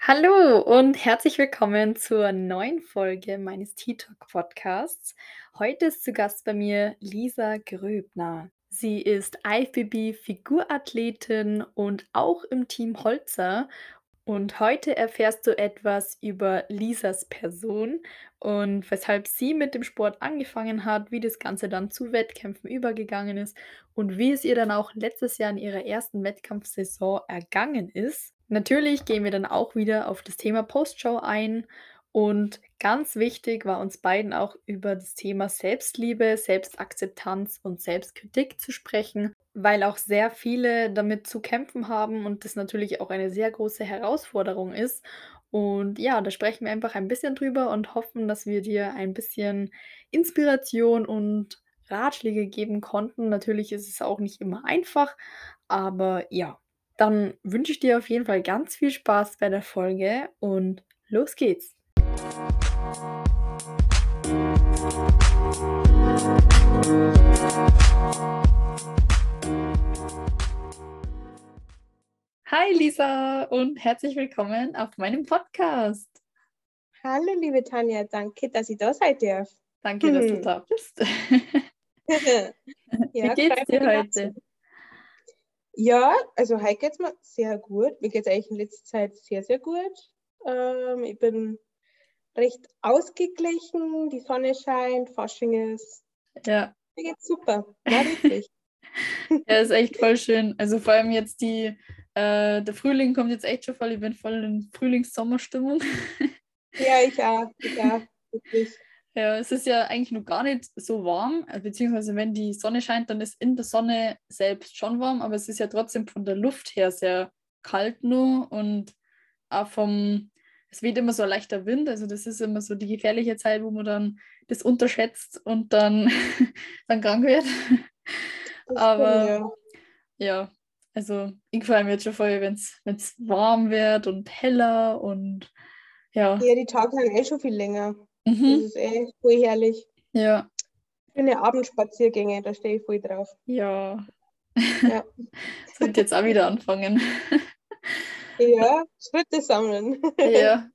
Hallo und herzlich willkommen zur neuen Folge meines Tea Talk Podcasts. Heute ist zu Gast bei mir Lisa Gröbner. Sie ist IFBB-Figurathletin und auch im Team Holzer. Und heute erfährst du etwas über Lisas Person und weshalb sie mit dem Sport angefangen hat, wie das Ganze dann zu Wettkämpfen übergegangen ist und wie es ihr dann auch letztes Jahr in ihrer ersten Wettkampfsaison ergangen ist. Natürlich gehen wir dann auch wieder auf das Thema Postshow ein und ganz wichtig war uns beiden auch über das Thema Selbstliebe, Selbstakzeptanz und Selbstkritik zu sprechen, weil auch sehr viele damit zu kämpfen haben und das natürlich auch eine sehr große Herausforderung ist. Und ja, da sprechen wir einfach ein bisschen drüber und hoffen, dass wir dir ein bisschen Inspiration und Ratschläge geben konnten. Natürlich ist es auch nicht immer einfach, aber ja, dann wünsche ich dir auf jeden Fall ganz viel Spaß bei der Folge und los geht's. Hi Lisa und herzlich willkommen auf meinem Podcast. Hallo, liebe Tanja, danke, dass ich da sein darf. Danke, dass du da bist. Wie Ja, geht's freut mich dir genauso. heute? Ja, also heute geht es mir sehr gut. Mir geht es eigentlich in letzter Zeit sehr, sehr gut. Ich bin recht ausgeglichen, die Sonne scheint, Fasching ist. Ja. Mir geht's super. Na, wirklich. Ja, ist echt voll schön. Also vor allem jetzt der Frühling kommt jetzt echt schon voll. Ich bin voll in Frühlings-Sommerstimmung. Ja, ich auch, wirklich. Ja, es ist ja eigentlich noch gar nicht so warm, beziehungsweise wenn die Sonne scheint, dann ist in der Sonne selbst schon warm, aber es ist ja trotzdem von der Luft her sehr kalt nur und auch es weht immer so ein leichter Wind, also das ist immer so die gefährliche Zeit, wo man dann das unterschätzt und dann, dann krank wird. Das stimmt, Aber ja. ja, also ich freue mich jetzt schon voll, wenn es warm wird und heller und ja. Ja, die Tage sind schon viel länger. Das Mhm. ist voll herrlich. Ja, Schöne Abendspaziergänge, da stehe ich voll drauf. ja. Ja, Sollte jetzt auch wieder anfangen. ja, Schritte sammeln. Ja.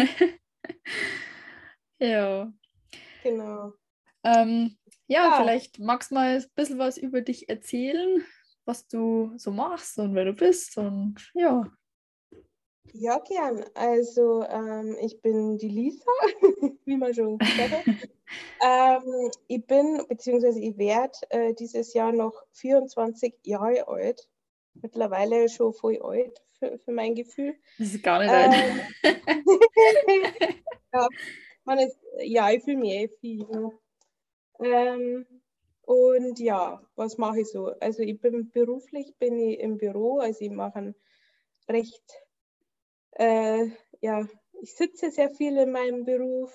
Ja. Genau. Ja, Ja, vielleicht magst du mal ein bisschen was über dich erzählen, was du so machst und wer du bist. Und ja. ja, gern. Also, ich bin die Lisa, wie man schon gehört hat. Ich bin, beziehungsweise ich werde dieses Jahr noch 24 Jahre alt. Mittlerweile schon voll alt für mein Gefühl. Das ist gar nicht alt. Ähm, ja, ja, ich fühle mich viel. Ne? Ähm, und ja, was mache ich so? Also bin ich im Büro, also ich mache einen recht Äh, ja, ich sitze sehr viel in meinem Beruf,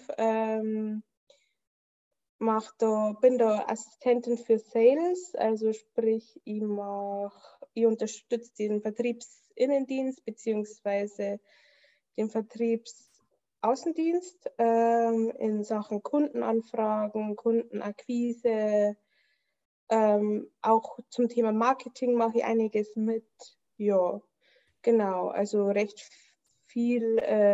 bin da Assistentin für Sales, also sprich, ich unterstütze den Vertriebsinnendienst beziehungsweise den Vertriebsaußendienst in Sachen Kundenanfragen, Kundenakquise, auch zum Thema Marketing mache ich einiges mit. Ja, genau, also recht viel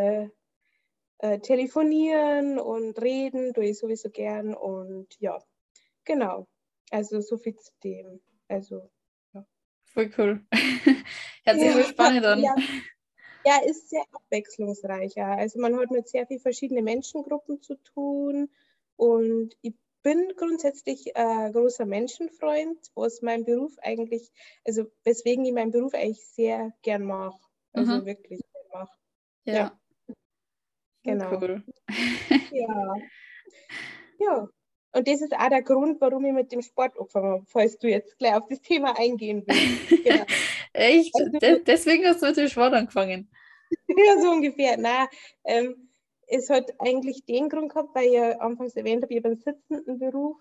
telefonieren und reden tue ich sowieso gern und ja, genau. Also so viel zu dem. Also, ja. Voll cool. Hört sich Ja, voll spannend an. ja, ja, ist sehr abwechslungsreich. Ja. Also man hat mit sehr vielen verschiedenen Menschengruppen zu tun und ich bin grundsätzlich großer Menschenfreund, was mein Beruf eigentlich, also weswegen ich meinen Beruf eigentlich sehr gern mache. Also Mhm. wirklich gern mache. Ja, Ja, voll genau. cool. Ja. Ja, und das ist auch der Grund, warum ich mit dem Sport angefangen habe, falls du jetzt gleich auf das Thema eingehen willst. Genau. Echt? Also, Deswegen hast du mit dem Sport angefangen. ja, so ungefähr. Nein, es hat eigentlich den Grund gehabt, weil ich ja anfangs erwähnt habe, ich habe einen sitzenden Beruf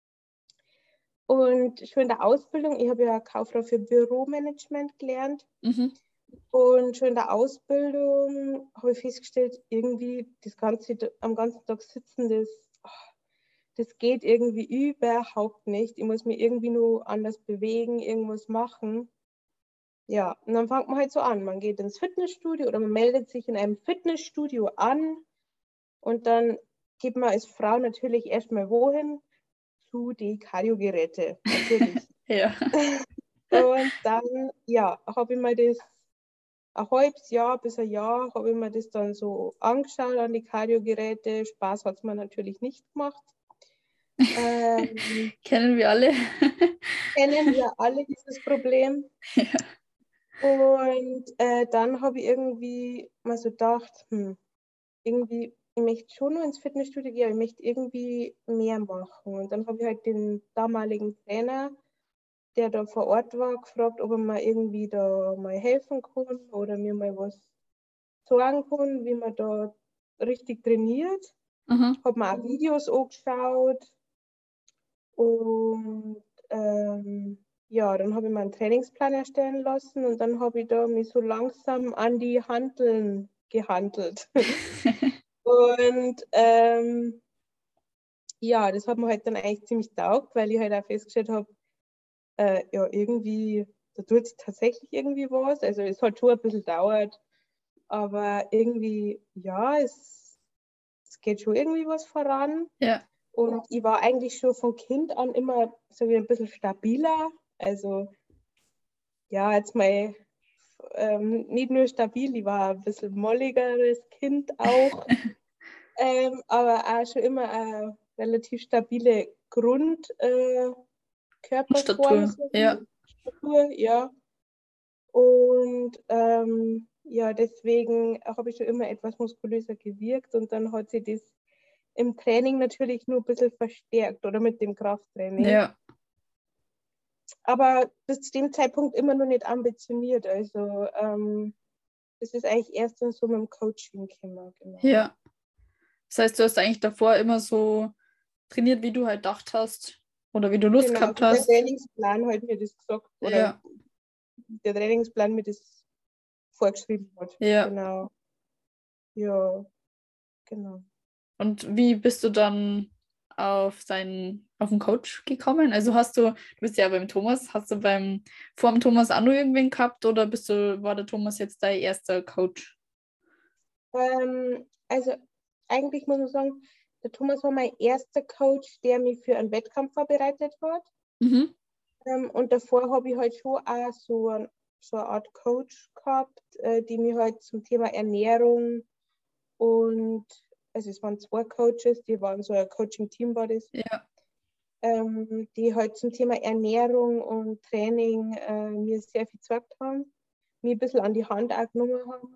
und schon in der Ausbildung, ich habe ja Kauffrau für Büromanagement gelernt Mhm. und schon in der Ausbildung habe ich festgestellt, irgendwie am ganzen Tag sitzen, das geht irgendwie überhaupt nicht. Ich muss mich irgendwie nur anders bewegen, irgendwas machen. ja, und dann fängt man halt so an. Man geht ins Fitnessstudio oder man meldet sich in einem Fitnessstudio an und dann geht man als Frau natürlich erstmal wohin? Zu die Cardio-Geräte, natürlich. Ja. Und dann, ja, habe ich mir das ein halbes Jahr bis ein Jahr habe ich mir das dann so angeschaut an die Cardio-Geräte. Spaß hat es mir natürlich nicht gemacht. Ähm, Kennen wir alle. Kennen wir alle dieses Problem. Ja. Und dann habe ich irgendwie mal so gedacht, irgendwie, ich möchte schon nur ins Fitnessstudio gehen, aber ich möchte irgendwie mehr machen. Und dann habe ich halt den damaligen Trainer, der da vor Ort war, gefragt, ob er mir irgendwie da mal helfen kann oder mir mal was sagen kann, wie man da richtig trainiert. Mhm. Habe mir auch Videos angeschaut und ja, dann habe ich mir einen Trainingsplan erstellen lassen und dann habe ich da mich so langsam an die Hanteln gehandelt. Und ja, das hat mir halt dann eigentlich ziemlich taugt, weil ich halt auch festgestellt habe, ja, irgendwie, da tut sich tatsächlich irgendwie was. Also es hat schon ein bisschen dauert, aber irgendwie, ja, es geht schon irgendwie was voran. Ja. Und ich war eigentlich schon von Kind an immer so wie ein bisschen stabiler. Also ja, jetzt mal nicht nur stabil, ich war ein bisschen molligeres Kind auch, aber auch schon immer eine relativ stabile Körperform, Statur. so Ja. Statur, ja. Und ja, deswegen habe ich schon immer etwas muskulöser gewirkt und dann hat sich das im Training natürlich nur ein bisschen verstärkt oder mit dem Krafttraining. Ja. Aber bis zu dem Zeitpunkt immer noch nicht ambitioniert. Also es ist eigentlich erst dann so mit dem Coaching gekommen, genau. Ja. Das heißt, du hast eigentlich davor immer so trainiert, wie du halt gedacht hast oder wie du Lust Genau, gehabt also der hast. Trainingsplan hat mir das gesagt oder Ja. der Trainingsplan mir das vorgeschrieben hat. Ja. Genau. Ja, genau. Und wie bist du dann auf den Coach gekommen? Also du bist ja beim Thomas, hast du vor dem Thomas auch noch irgendwen gehabt oder war der Thomas jetzt dein erster Coach? Also eigentlich muss man sagen, der Thomas war mein erster Coach, der mich für einen Wettkampf vorbereitet hat. Mhm. Und davor habe ich halt schon auch so eine Art Coach gehabt, die mich halt zum Thema Ernährung und, also es waren zwei Coaches, die waren so ein Coaching-Team war das, Ja. die halt zum Thema Ernährung und Training mir sehr viel gezeigt haben, mir ein bisschen an die Hand auch genommen haben.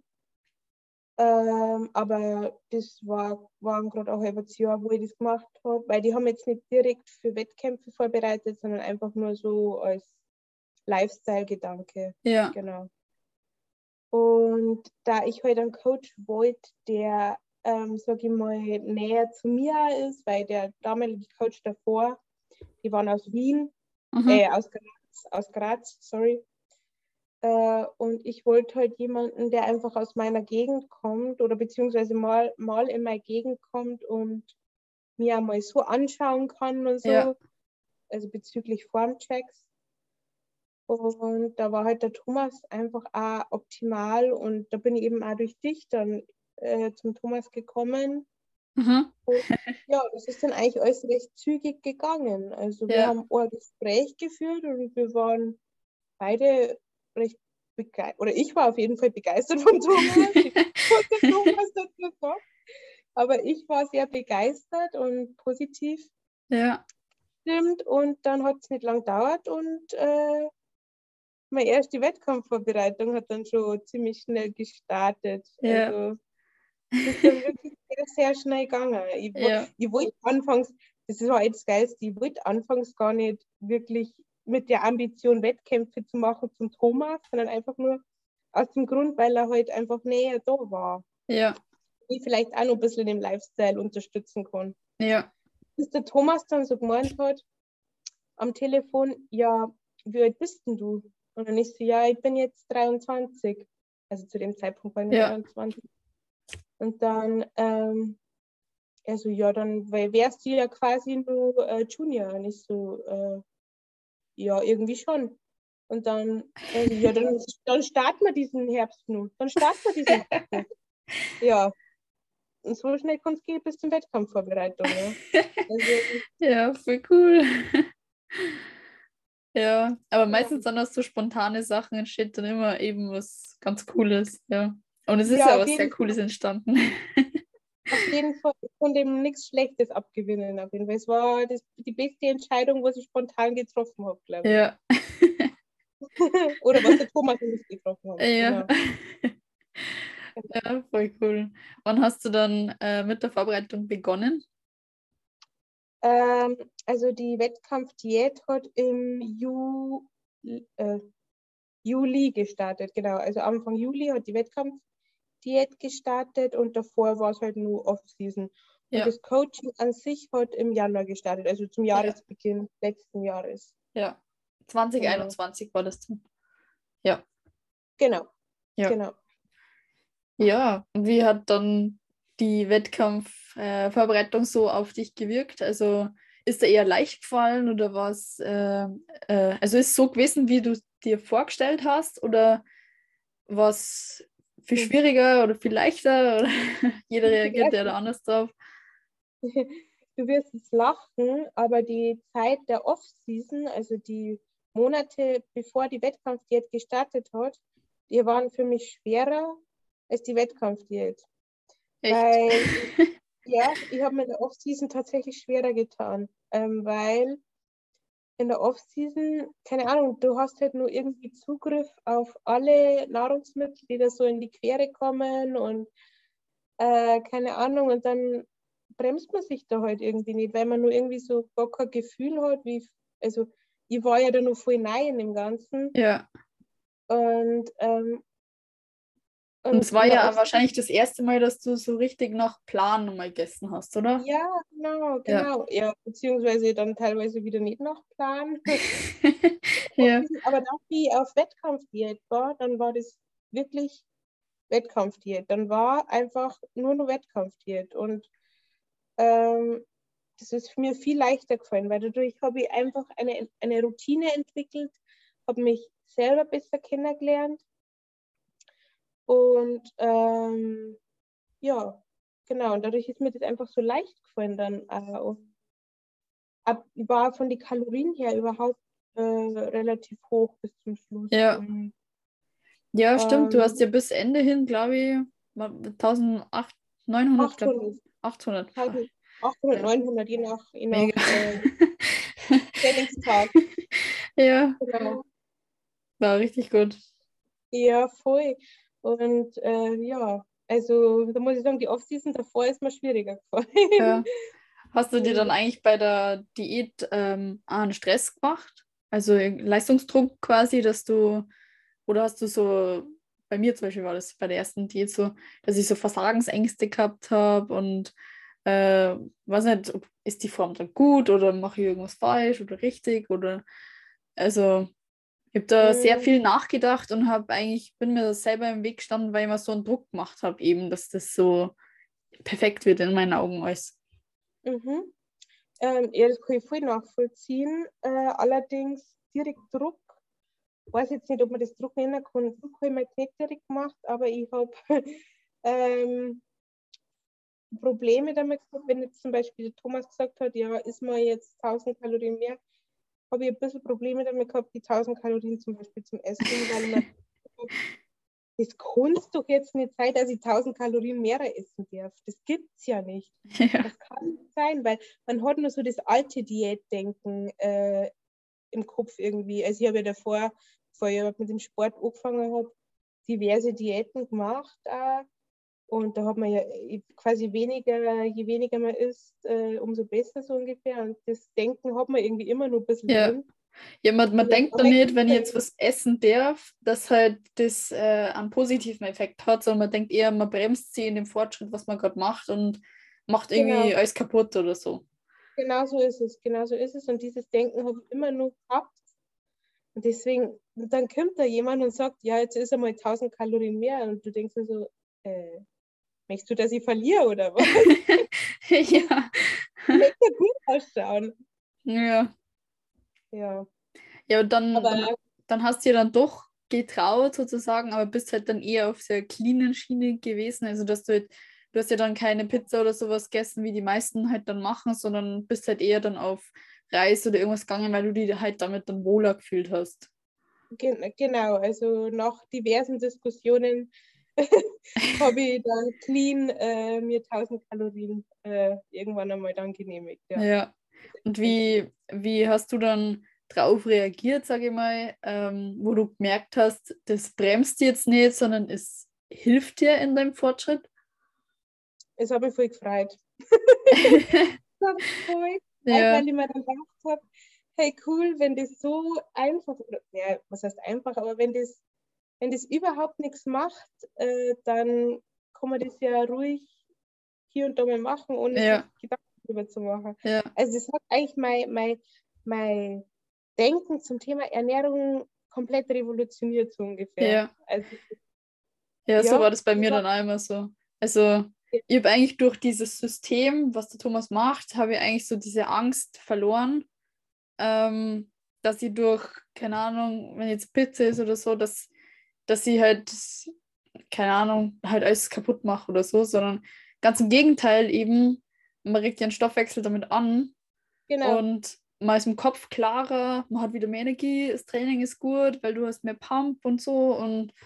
Aber das waren gerade auch ein halbes Jahr, wo ich das gemacht habe, weil die haben jetzt nicht direkt für Wettkämpfe vorbereitet, sondern einfach nur so als Lifestyle-Gedanke. Ja. Genau. Und da ich halt einen Coach wollte, der, sag ich mal, näher zu mir ist, weil der damalige Coach davor, die waren aus Wien, Mhm. aus Graz, sorry. Und ich wollte halt jemanden, der einfach aus meiner Gegend kommt oder beziehungsweise mal in meine Gegend kommt und mir einmal so anschauen kann und Ja. so, also bezüglich Formchecks. Und da war halt der Thomas einfach auch optimal und da bin ich eben auch durch dich dann zum Thomas gekommen. Mhm. Und ja, das ist dann eigentlich alles recht zügig gegangen. Also wir Ja. haben ein Gespräch geführt und wir waren beide recht begeistert, oder ich war auf jeden Fall begeistert von Thomas. Ich muss dem Thomas dazu sagen. Aber ich war sehr begeistert und positiv Ja. gestimmt und dann hat es nicht lang gedauert und meine erste Wettkampfvorbereitung hat dann schon ziemlich schnell gestartet. Ja. Also es ist dann wirklich sehr, sehr schnell gegangen. Ja. Ich wollte anfangs, das war jetzt das Geilste, ich wollte anfangs gar nicht wirklich mit der Ambition, Wettkämpfe zu machen zum Thomas, sondern einfach nur aus dem Grund, weil er halt einfach näher da war. Ja. Ich vielleicht auch noch ein bisschen im Lifestyle unterstützen kann. Ja. Bis der Thomas dann so gemeint hat, am Telefon, ja, wie alt bist denn du? Und dann ich so, ja, ich bin jetzt 23. Also zu dem Zeitpunkt war ich Ja. 23. Und dann, so, ja, dann wärst du ja quasi nur Junior. Und ich so, ja, irgendwie schon. Und dann, also, ja, dann starten wir diesen Herbst nun. Dann starten wir diesen Herbst nun. Ja, und so schnell kann es gehen bis zum Wettkampfvorbereitung, ja. Also, Ja, voll cool. Ja, aber ja, meistens dann aus so spontane Sachen entsteht dann immer eben was ganz Cooles, ja. Und es ist ja, ja was sehr Cooles entstanden. auf jeden Fall. Ich konnte ihm nichts Schlechtes abgewinnen, auf jeden Fall. Es war die beste Entscheidung, was ich spontan getroffen habe, glaube ich. Ja, Oder was der Thomas und ich getroffen haben, ja, genau. ja, voll cool. Wann hast du dann mit der Vorbereitung begonnen? Also die Wettkampfdiät hat im äh, Juli gestartet, genau. Also Anfang Juli hat die Wettkampfdiät gestartet und davor war es halt nur Off-Season. Und Ja, das Coaching an sich hat im Januar gestartet, also zum ja, Jahresbeginn letzten Jahres. ja. Genau, 2021 war das dann. Ja, genau, ja. genau. Ja, und wie hat dann die Wettkampfvorbereitung Vorbereitung so auf dich gewirkt? Also ist da eher leicht gefallen oder war es, also ist es so gewesen, wie du es dir vorgestellt hast oder war es viel Hm. schwieriger oder viel leichter? Oder jeder Ja, reagiert ja da anders drauf. du wirst es lachen, aber die Zeit der Off-Season, also die Monate bevor die Wettkampfdiät gestartet hat, die waren für mich schwerer als die Wettkampfdiät. Echt? Weil, ja, ich habe mir in der Off-Season tatsächlich schwerer getan, weil in der Off-Season, keine Ahnung, du hast halt nur irgendwie Zugriff auf alle Nahrungsmittel, die da so in die Quere kommen und keine Ahnung, und dann bremst man sich da halt irgendwie nicht, weil man nur irgendwie so gar kein Gefühl hat, also ich war ja da noch voll neu in dem Ganzen Ja. und, Und es und war in der ja Off-Season, wahrscheinlich das erste Mal, dass du so richtig nach Plan nochmal gegessen hast, oder? ja, genau, Ja. genau, ja, beziehungsweise dann teilweise wieder nicht nach Plan. Ja. Aber da ich auf Wettkampfdiät war, dann war das wirklich Wettkampfdiät. Dann war einfach nur noch Wettkampfdiät. Und ähm, das ist mir viel leichter gefallen, weil dadurch habe ich einfach eine Routine entwickelt, habe mich selber besser kennengelernt und ja, genau. Und dadurch ist mir das einfach so leicht gefallen dann. Ich war von den Kalorien her überhaupt relativ hoch bis zum Schluss. Ja. Und Ja, stimmt. Du hast ähm, ja bis Ende hin, glaube ich, 1900, glaube 800, 800. 800, Ja, 900, je nach mega. Trainingstag. Ja, Genau. war richtig gut. Ja, voll. Und ja, also da muss ich sagen, die Off-Season davor ist mir schwieriger gefallen. Ja. Hast du dir dann eigentlich bei der Diät auch einen Stress gemacht? Also Leistungsdruck quasi, dass du, oder hast du so, bei mir zum Beispiel war das bei der ersten Diät so, dass ich so Versagensängste gehabt habe und weiß nicht, ist die Form dann gut oder mache ich irgendwas falsch oder richtig oder also ich habe da sehr Mm, viel nachgedacht und bin mir das selber im Weg gestanden, weil ich mir so einen Druck gemacht habe, eben, dass das so perfekt wird in meinen Augen alles. mhm. Ja, das kann ich voll nachvollziehen. Allerdings direkt Druck, weiß jetzt nicht, ob man das Druck nennen kann. Druck habe ich mir jetzt nicht direkt gemacht, aber ich habe ähm, Probleme damit gehabt, wenn jetzt zum Beispiel der Thomas gesagt hat, ja, isst man jetzt 1000 Kalorien mehr, habe ich ein bisschen Probleme damit gehabt, die 1000 Kalorien zum Beispiel zum Essen, weil ich mir das kann es doch jetzt nicht sein, dass ich 1000 Kalorien mehr essen darf. Das gibt's ja nicht. Ja. Das kann nicht sein, weil man hat nur so das alte Diätdenken im Kopf irgendwie. Also ich habe ja davor, bevor ich mit dem Sport angefangen habe, diverse Diäten gemacht. Und da hat man ja quasi weniger, je weniger man isst, umso besser so ungefähr. Und das Denken hat man irgendwie immer nur ein bisschen Ja. drin. Ja, man Und auf denkt dann einmal nicht, gibt's wenn ich da jetzt was essen darf, dass halt das einen positiven Effekt hat, sondern man denkt eher, man bremst sie in dem Fortschritt, was man gerade macht und macht irgendwie genau, alles kaputt oder so. genau so ist es, genau so ist es. Und dieses Denken habe ich immer nur gehabt. Und deswegen, dann kommt da jemand und sagt, ja, jetzt ist einmal 1000 Kalorien mehr. Und du denkst dir so, möchtest du, dass ich verliere oder was? Ja. Ich möchte ja gut ausschauen. Ja. Ja, Ja, und dann aber dann hast du ja dann doch getraut sozusagen, aber bist halt dann eher auf der cleanen Schiene gewesen. Also dass du hast ja dann keine Pizza oder sowas gegessen, wie die meisten halt dann machen, sondern bist halt eher dann auf Reis oder irgendwas gegangen, weil du dich halt damit dann wohler gefühlt hast. Genau, also nach diversen Diskussionen habe ich dann clean mir 1000 Kalorien irgendwann einmal dann genehmigt. Ja. Ja. Und wie hast du dann drauf reagiert, sage ich mal, wo du gemerkt hast, das bremst jetzt nicht, sondern es hilft dir in deinem Fortschritt? Es hat mich voll gefreut. Das hat mich voll gefreut, Ja, weil ich mir dann gedacht habe, hey cool, wenn das so einfach, ja, was heißt einfach, aber wenn das überhaupt nichts macht, dann kann man das ja ruhig hier und da mal machen, ohne ja, sich Gedanken darüber zu machen. ja, Also das hat eigentlich mein Denken zum Thema Ernährung komplett revolutioniert, so ungefähr. ja. Also Ja, so ja, war das bei mir dann einmal so. Also, ich habe eigentlich durch dieses System, was der Thomas macht, habe ich eigentlich so diese Angst verloren, dass ich durch, keine Ahnung, wenn jetzt Pizza ist oder so, dass ich halt, keine Ahnung, halt alles kaputt mache oder so, sondern ganz im Gegenteil eben, man regt ja den Stoffwechsel damit an genau, und man ist im Kopf klarer, man hat wieder mehr Energie, das Training ist gut, weil du hast mehr Pump und so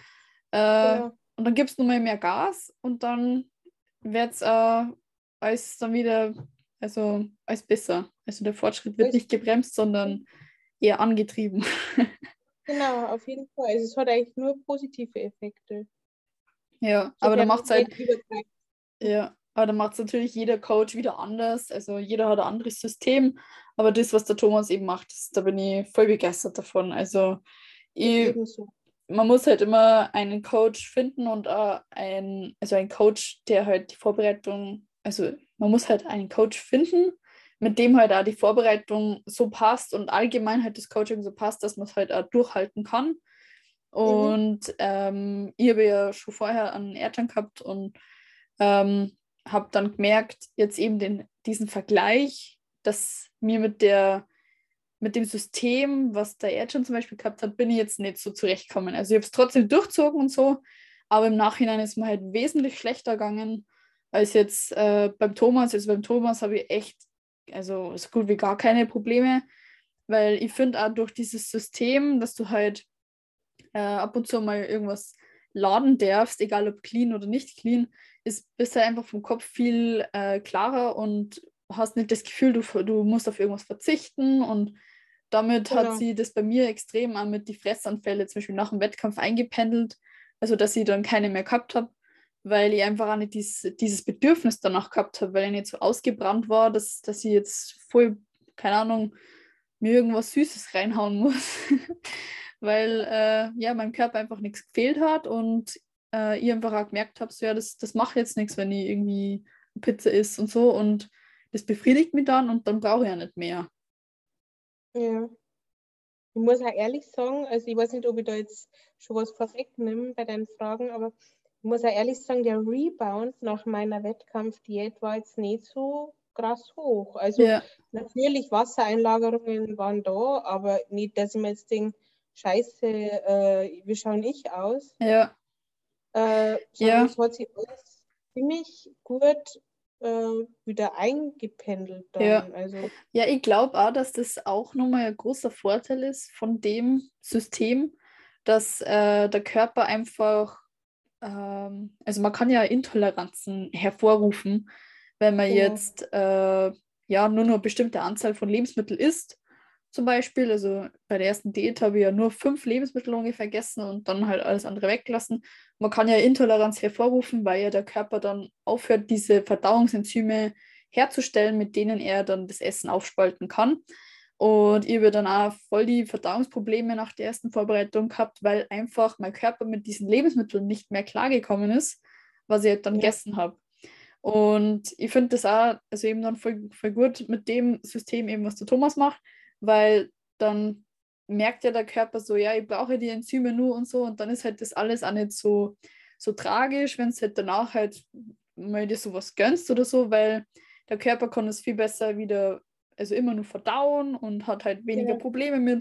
äh, genau. und dann gibst du mal mehr Gas und dann wird es alles dann wieder, also alles besser. Also der Fortschritt wird Also, nicht gebremst, sondern eher angetrieben. genau, auf jeden Fall. Also es hat eigentlich nur positive Effekte, Ja, aber dann sofern macht es man halt, nicht übertreibt. ja, aber dann macht es natürlich jeder Coach wieder anders. Also jeder hat ein anderes System. Aber das, was der Thomas eben macht, da bin ich voll begeistert davon. Also Ich ich, ebenso. man muss halt immer einen Coach finden und also einen Coach, der halt die Vorbereitung, also man muss halt einen Coach finden, mit dem halt auch die Vorbereitung so passt und allgemein halt das Coaching so passt, dass man es halt auch durchhalten kann. Mhm. Und ich habe ja schon vorher einen Eltern gehabt und ähm, habe dann gemerkt, jetzt eben diesen Vergleich, dass mir mit dem System, was der Erdschan zum Beispiel gehabt hat, bin ich jetzt nicht so zurechtgekommen. Also ich habe es trotzdem durchzogen und so, aber im Nachhinein ist mir halt wesentlich schlechter gegangen als jetzt beim Thomas. Also beim Thomas habe ich echt, also so gut wie gar keine Probleme, weil ich finde auch durch dieses System, dass du halt ab und zu mal irgendwas laden darfst, egal ob clean oder nicht clean, bist du einfach vom Kopf viel klarer und hast nicht das Gefühl, du musst auf irgendwas verzichten und damit hat Genau, sie das bei mir extrem auch mit die Fressanfälle zum Beispiel nach dem Wettkampf eingependelt, also dass ich dann keine mehr gehabt habe, weil ich einfach auch nicht dieses Bedürfnis danach gehabt habe, weil ich nicht so ausgebrannt war, dass ich jetzt voll, keine Ahnung, mir irgendwas Süßes reinhauen muss, weil ja, meinem Körper einfach nichts gefehlt hat und ich einfach auch gemerkt habe, so ja, das macht jetzt nichts, wenn ich irgendwie Pizza isst und so und das befriedigt mich dann und dann brauche ich ja nicht mehr. ja. Ich muss auch ehrlich sagen, also ich weiß nicht, ob ich da jetzt schon was vorwegnehme bei deinen Fragen, aber ich muss auch ehrlich sagen, der Rebound nach meiner Wettkampfdiät war jetzt nicht so krass hoch. Also Ja, natürlich Wassereinlagerungen waren da, aber nicht, dass ich mir jetzt denke, scheiße, wie schaue ich aus? ja, Sondern ja. es hat sich alles ziemlich gut wieder eingependelt Ja, dann. Also ja, ich glaube auch, dass das auch nochmal ein großer Vorteil ist von dem System, dass der Körper einfach, also man kann ja Intoleranzen hervorrufen, wenn man genau, jetzt ja nur noch eine bestimmte Anzahl von Lebensmitteln isst, zum Beispiel. Also bei der ersten Diät habe ich ja nur 5 Lebensmittel ungefähr gegessen und dann halt alles andere weggelassen. Man kann ja Intoleranz hervorrufen, weil ja der Körper dann aufhört, diese Verdauungsenzyme herzustellen, mit denen er dann das Essen aufspalten kann. Und ich habe dann auch voll die Verdauungsprobleme nach der ersten Vorbereitung gehabt, weil einfach mein Körper mit diesen Lebensmitteln nicht mehr klargekommen ist, was ich halt dann ja, gegessen habe. Und ich finde das auch, also eben dann voll gut mit dem System eben, was der Thomas macht, weil dann merkt ja der Körper so, ja, ich brauche die Enzyme nur und so und dann ist halt das alles auch nicht so tragisch, wenn es halt danach halt mal dir sowas gönnst oder so, weil der Körper kann es viel besser wieder, also immer nur verdauen und hat halt weniger genau. Probleme mit.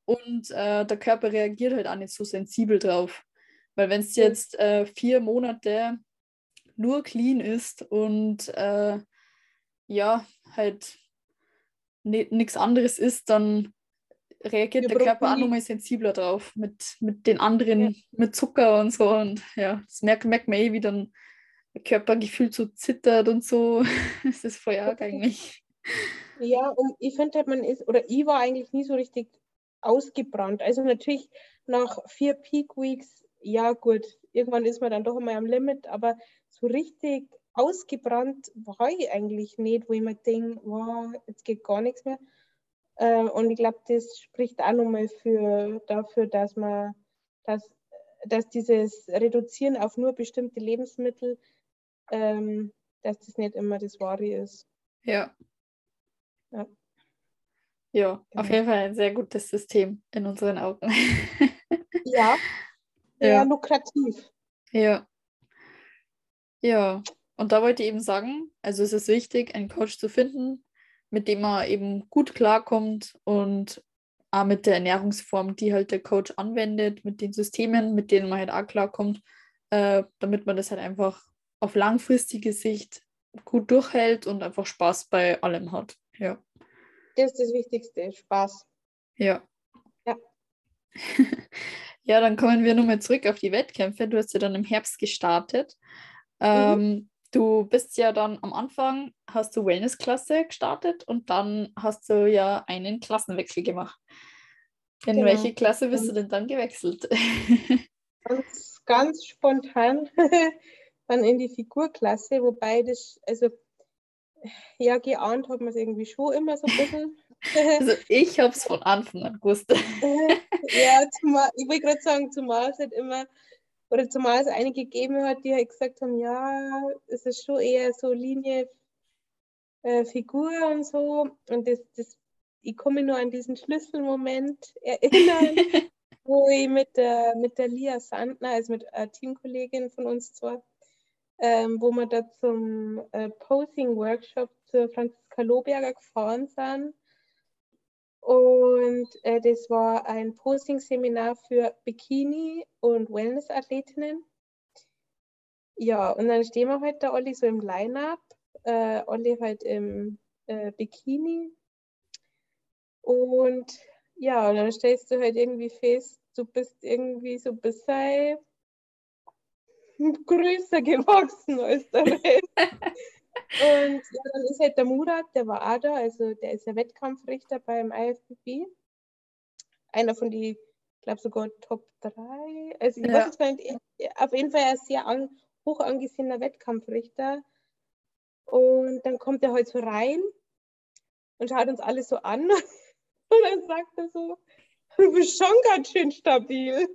und der Körper reagiert halt auch nicht so sensibel drauf. Weil wenn es Mhm. jetzt 4 Monate nur clean ist und ja, halt nichts anderes ist, dann reagiert Für der Körper auch Brokkoli. nochmal sensibler drauf mit den Ja. anderen, mit Zucker und so. Und ja, das merkt man wie dann der Körper gefühlt so zittert und so. Es ist voll arg eigentlich. Ja, und ich finde halt, oder ich war eigentlich nie so richtig ausgebrannt. Also natürlich nach 4 Peak Weeks, ja gut, irgendwann ist man dann doch einmal am Limit, aber so richtig ausgebrannt war ich eigentlich nicht, wo ich mir denke, wow, jetzt geht gar nichts mehr. Und ich glaube, das spricht auch nochmal dafür, dass, dass dieses Reduzieren auf nur bestimmte Lebensmittel, ähm, dass das nicht immer das Wahre ist. Ja, Ja, ja, auf genau. jeden Fall ein sehr gutes System in unseren Augen. Ja, sehr Ja, lukrativ. ja, ja. Und da wollte ich eben sagen, also es ist wichtig, einen Coach zu finden, mit dem man eben gut klarkommt und auch mit der Ernährungsform, die halt der Coach anwendet, mit den Systemen, mit denen man halt auch klarkommt, damit man das halt einfach auf langfristige Sicht gut durchhält und einfach Spaß bei allem hat. Ja, Das ist das Wichtigste, Spaß. ja. Ja. Ja, dann kommen wir nochmal zurück auf die Wettkämpfe. Du hast ja dann im Herbst gestartet. Mhm, Du bist ja dann am Anfang, hast du Wellnessklasse gestartet und dann hast du ja einen Klassenwechsel gemacht. In genau. welche Klasse bist du Und denn dann gewechselt? ganz spontan dann in die Figurklasse, wobei das, also ja, geahnt hat man es irgendwie schon immer so ein bisschen. Also ich habe es von Anfang an gewusst. Ja, ich wollte gerade sagen, zumal es halt immer, oder zumal es einige gegeben hat, die halt gesagt haben, ja, es ist schon eher so Linie Figur und so. Und ich komme mich nur an diesen Schlüsselmoment erinnern, wo ich mit der Lia Sandner, also mit einer Teamkollegin von uns zwar, wo wir da zum Posing-Workshop zur Franziska Lohberger gefahren sind. Und das war ein Posing-Seminar für Bikini- und Wellness-Athletinnen. Ja, und dann stehen wir halt da alle so im Line-Up, alle halt im Bikini. Und ja, und dann stellst du halt irgendwie fest, du bist irgendwie so ein bisschen größer gewachsen als der Rest. Und ja, dann ist halt der Murat, der war auch da, also der ist ja Wettkampfrichter beim IFBB. Einer von die, ich glaube sogar Top 3. Also ich weiß Ja. jetzt gar nicht, auf jeden Fall ein sehr hoch angesehener Wettkampfrichter. Und dann kommt er halt so rein und schaut uns alle so an. Und dann sagt er so, du bist schon ganz schön stabil.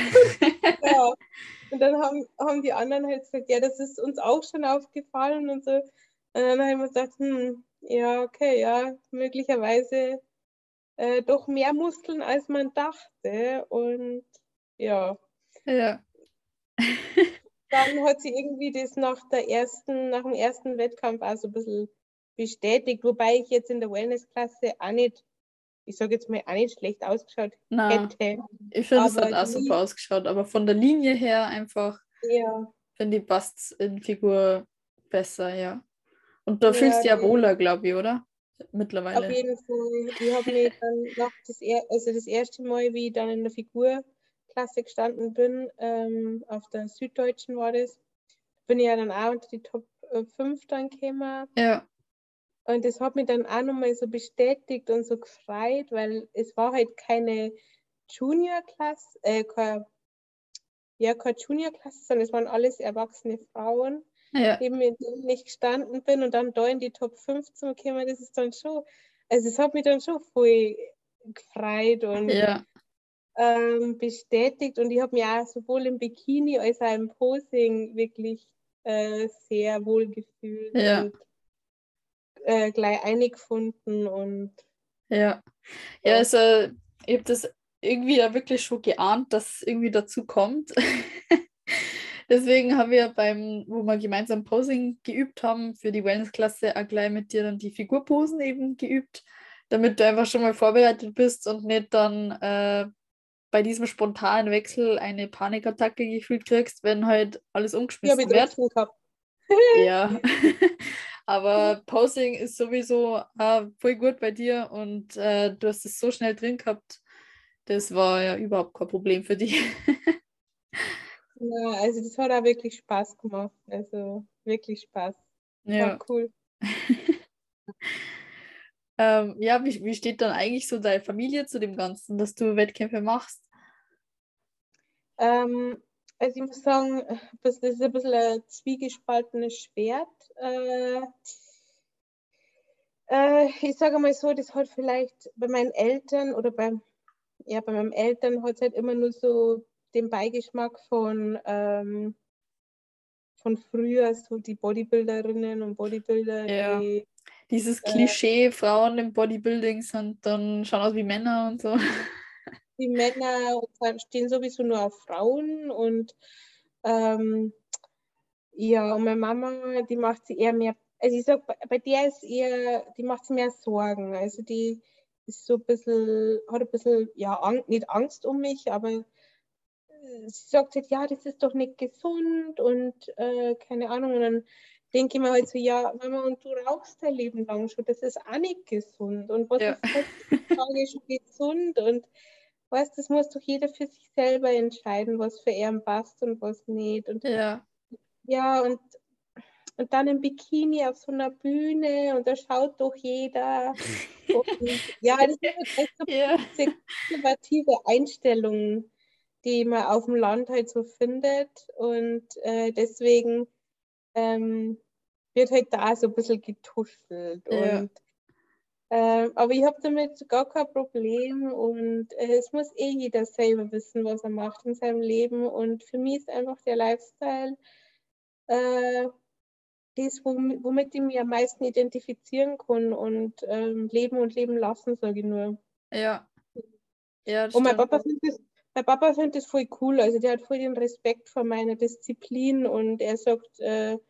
Ja. Und dann haben die anderen halt gesagt, ja, das ist uns auch schon aufgefallen und so. Und dann haben wir gesagt, ja, okay, ja, möglicherweise doch mehr Muskeln, als man dachte. Und ja, Ja. dann hat sie irgendwie das nach dem ersten Wettkampf auch so ein bisschen bestätigt, wobei ich jetzt in der Wellnessklasse auch nicht, ich sage jetzt mal, auch nicht schlecht ausgeschaut Na, hätte. ich finde, es hat Aber auch super ausgeschaut, aber von der Linie her einfach, ja, finde ich, passt in Figur besser, ja. Und da fühlst ja, du ja wohler, glaube ich, oder? auf Mittlerweile. jeden Fall. Ich habe mich dann also das erste Mal, wie ich dann in der Figurklasse gestanden bin, auf der Süddeutschen war das, bin ich ja dann auch unter die Top 5 dann gekommen. Ja, Und das hat mich dann auch nochmal so bestätigt und so gefreut, weil es war halt keine Junior-Klasse, keine Junior-Klasse, sondern es waren alles erwachsene Frauen, ja, neben denen ich gestanden bin und dann da in die Top 5 zu kommen, das ist dann schon, also es hat mich dann schon voll gefreut und ja, bestätigt und ich habe mich auch sowohl im Bikini als auch im Posing wirklich sehr wohl gefühlt ja, und gleich eingefunden und ja. Ja, ja. also ich habe das irgendwie ja wirklich schon geahnt, dass es irgendwie dazu kommt. Deswegen haben wir wo wir gemeinsam Posing geübt haben, für die Wellnessklasse auch gleich mit dir dann die Figurposen eben geübt. damit du einfach schon mal vorbereitet bist und nicht dann bei diesem spontanen Wechsel eine Panikattacke gefühlt kriegst, wenn halt alles Ich habe umgeschmissen wird. trotzdem gehabt. Ja, aber Posing ist sowieso voll gut bei dir und du hast es so schnell drin gehabt. Das war ja überhaupt kein Problem für dich. Ja, also das hat auch wirklich Spaß gemacht. Also wirklich Spaß. War Ja. cool. Ja, wie steht dann eigentlich so deine Familie zu dem Ganzen, dass du Wettkämpfe machst? Ähm, also ich muss sagen, das ist ein bisschen ein zwiegespaltenes Schwert. Ich sage mal so, das hat vielleicht bei meinen Eltern oder bei meinen Eltern hat es halt immer nur so den Beigeschmack von früher, so die Bodybuilderinnen und Bodybuilder, Ja, die dieses äh, Klischee, Frauen im Bodybuilding sind dann schauen aus wie Männer und so. die Männer stehen sowieso nur auf Frauen und ähm, ja, und meine Mama, die macht sie eher mehr, also ich sag, bei der ist eher, die macht sich mehr Sorgen. Also die ist so ein bisschen, hat ein bisschen, ja, nicht Angst um mich, aber sie sagt halt, ja, das ist doch nicht gesund und keine Ahnung. Und dann denke ich mir halt so, ja, Mama, und du rauchst dein Leben lang schon, das ist auch nicht gesund. Und was Ja, ist heutzutage schon gesund? Und weißt, das muss doch jeder für sich selber entscheiden, was für ihn passt und was nicht. Und ja, ja, und dann im Bikini auf so einer Bühne und da schaut doch jeder. Und ja, das ist halt echt so ja, diese konservative Einstellung, die man auf dem Land halt so findet. Und deswegen ähm, wird halt da so ein bisschen getuschelt. ja, Aber ich habe damit gar kein Problem und es muss eh jeder selber wissen, was er macht in seinem Leben. Und für mich ist einfach der Lifestyle äh, das, womit ich mich am meisten identifizieren kann und leben lassen, sage ich nur. ja, ja, das Und stimmt. mein Papa findet das voll cool. Also der hat voll den Respekt vor meiner Disziplin und er sagt,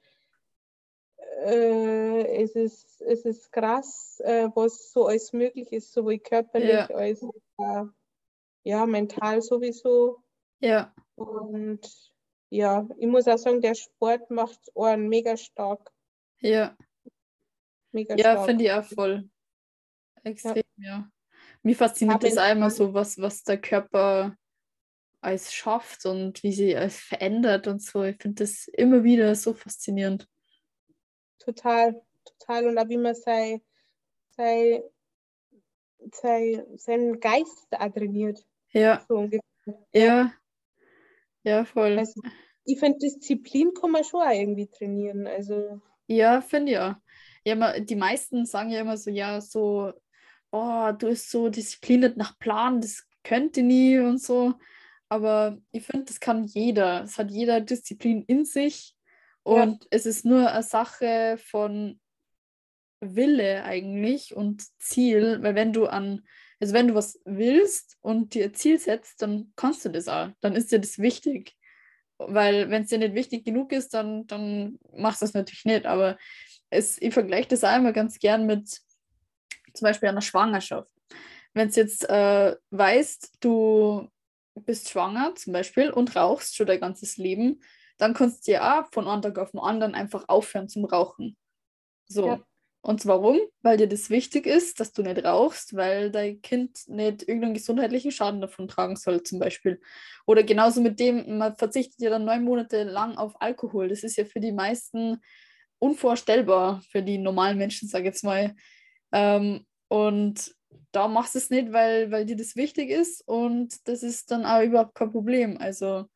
es ist krass, was so alles möglich ist, sowohl Ja, körperlich als ja, mental sowieso. ja, Und ja, ich muss auch sagen, der Sport macht einen mega stark. ja, Mega ja, stark. finde ich auch voll. Ja, Extrem, ja. Mir auch fasziniert das auch immer mental. so, was der Körper alles schafft und wie sie alles verändert und so. Ich finde das immer wieder so faszinierend. Total, total. Und auch wie man sein, seinen Geist auch trainiert. Ja, So ungefähr. Ja. ja, ja, voll. Also ich finde, Disziplin kann man schon auch irgendwie trainieren. Also, Ja, finde ich auch. Ja, die meisten sagen ja immer so, ja, so, oh, du bist so diszipliniert nach Plan, das könnte nie und so. Aber ich finde, das kann jeder. Es hat jeder Disziplin in sich ja, und es ist nur eine Sache von Wille eigentlich und Ziel, weil also wenn du was willst und dir ein Ziel setzt, dann kannst du das auch. Dann ist dir das wichtig. Weil wenn es dir nicht wichtig genug ist, dann machst du es natürlich nicht. Aber ich vergleiche das auch immer ganz gern mit zum Beispiel einer Schwangerschaft. Wenn du jetzt weißt, du bist schwanger zum Beispiel und rauchst schon dein ganzes Leben, dann kannst du ja auch von einem Tag auf den anderen einfach aufhören zum Rauchen. ja, So. Und warum? Weil dir das wichtig ist, dass du nicht rauchst, weil dein Kind nicht irgendeinen gesundheitlichen Schaden davon tragen soll, zum Beispiel. Oder genauso mit dem, man verzichtet ja dann 9 Monate lang auf Alkohol. Das ist ja für die meisten unvorstellbar, für die normalen Menschen, sage ich jetzt mal. Und da machst du es nicht, weil dir das wichtig ist und das ist dann auch überhaupt kein Problem. Also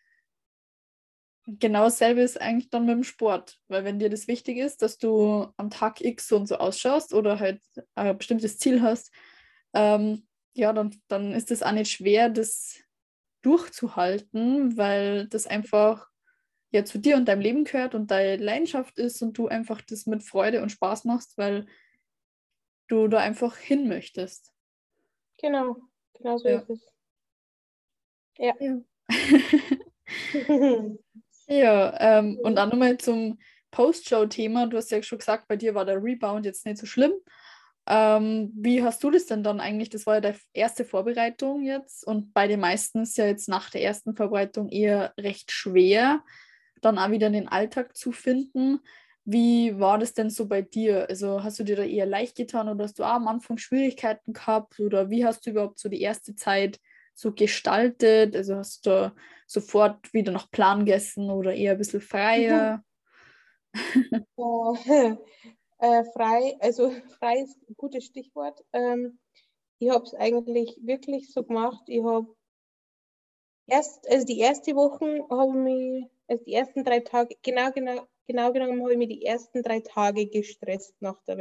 genau dasselbe ist eigentlich dann mit dem Sport, weil wenn dir das wichtig ist, dass du am Tag X so und so ausschaust oder halt ein bestimmtes Ziel hast, ja, dann ist es auch nicht schwer, das durchzuhalten, weil das einfach ja zu dir und deinem Leben gehört und deine Leidenschaft ist und du einfach das mit Freude und Spaß machst, weil du da einfach hin möchtest. genau. Genau so Ja. ist es. Ja. Ja. Ja, und dann nochmal zum Post-Show-Thema. Du hast ja schon gesagt, bei dir war der Rebound jetzt nicht so schlimm. Wie hast du das denn dann eigentlich? Das war ja deine erste Vorbereitung jetzt und bei den meisten ist ja jetzt nach der ersten Vorbereitung eher recht schwer, dann auch wieder in den Alltag zu finden. Wie war das denn so bei dir? Also hast du dir da eher leicht getan oder hast du auch am Anfang Schwierigkeiten gehabt oder wie hast du überhaupt so die erste Zeit so gestaltet? Also hast du sofort wieder nach Plan gegessen oder eher ein bisschen freier? Äh, frei, also frei ist ein gutes Stichwort. Ich habe es eigentlich wirklich so gemacht. Ich habe also die erste Woche habe ich mich, also die ersten 3 Tage, genau genommen habe ich mich die ersten 3 Tage gestresst nach der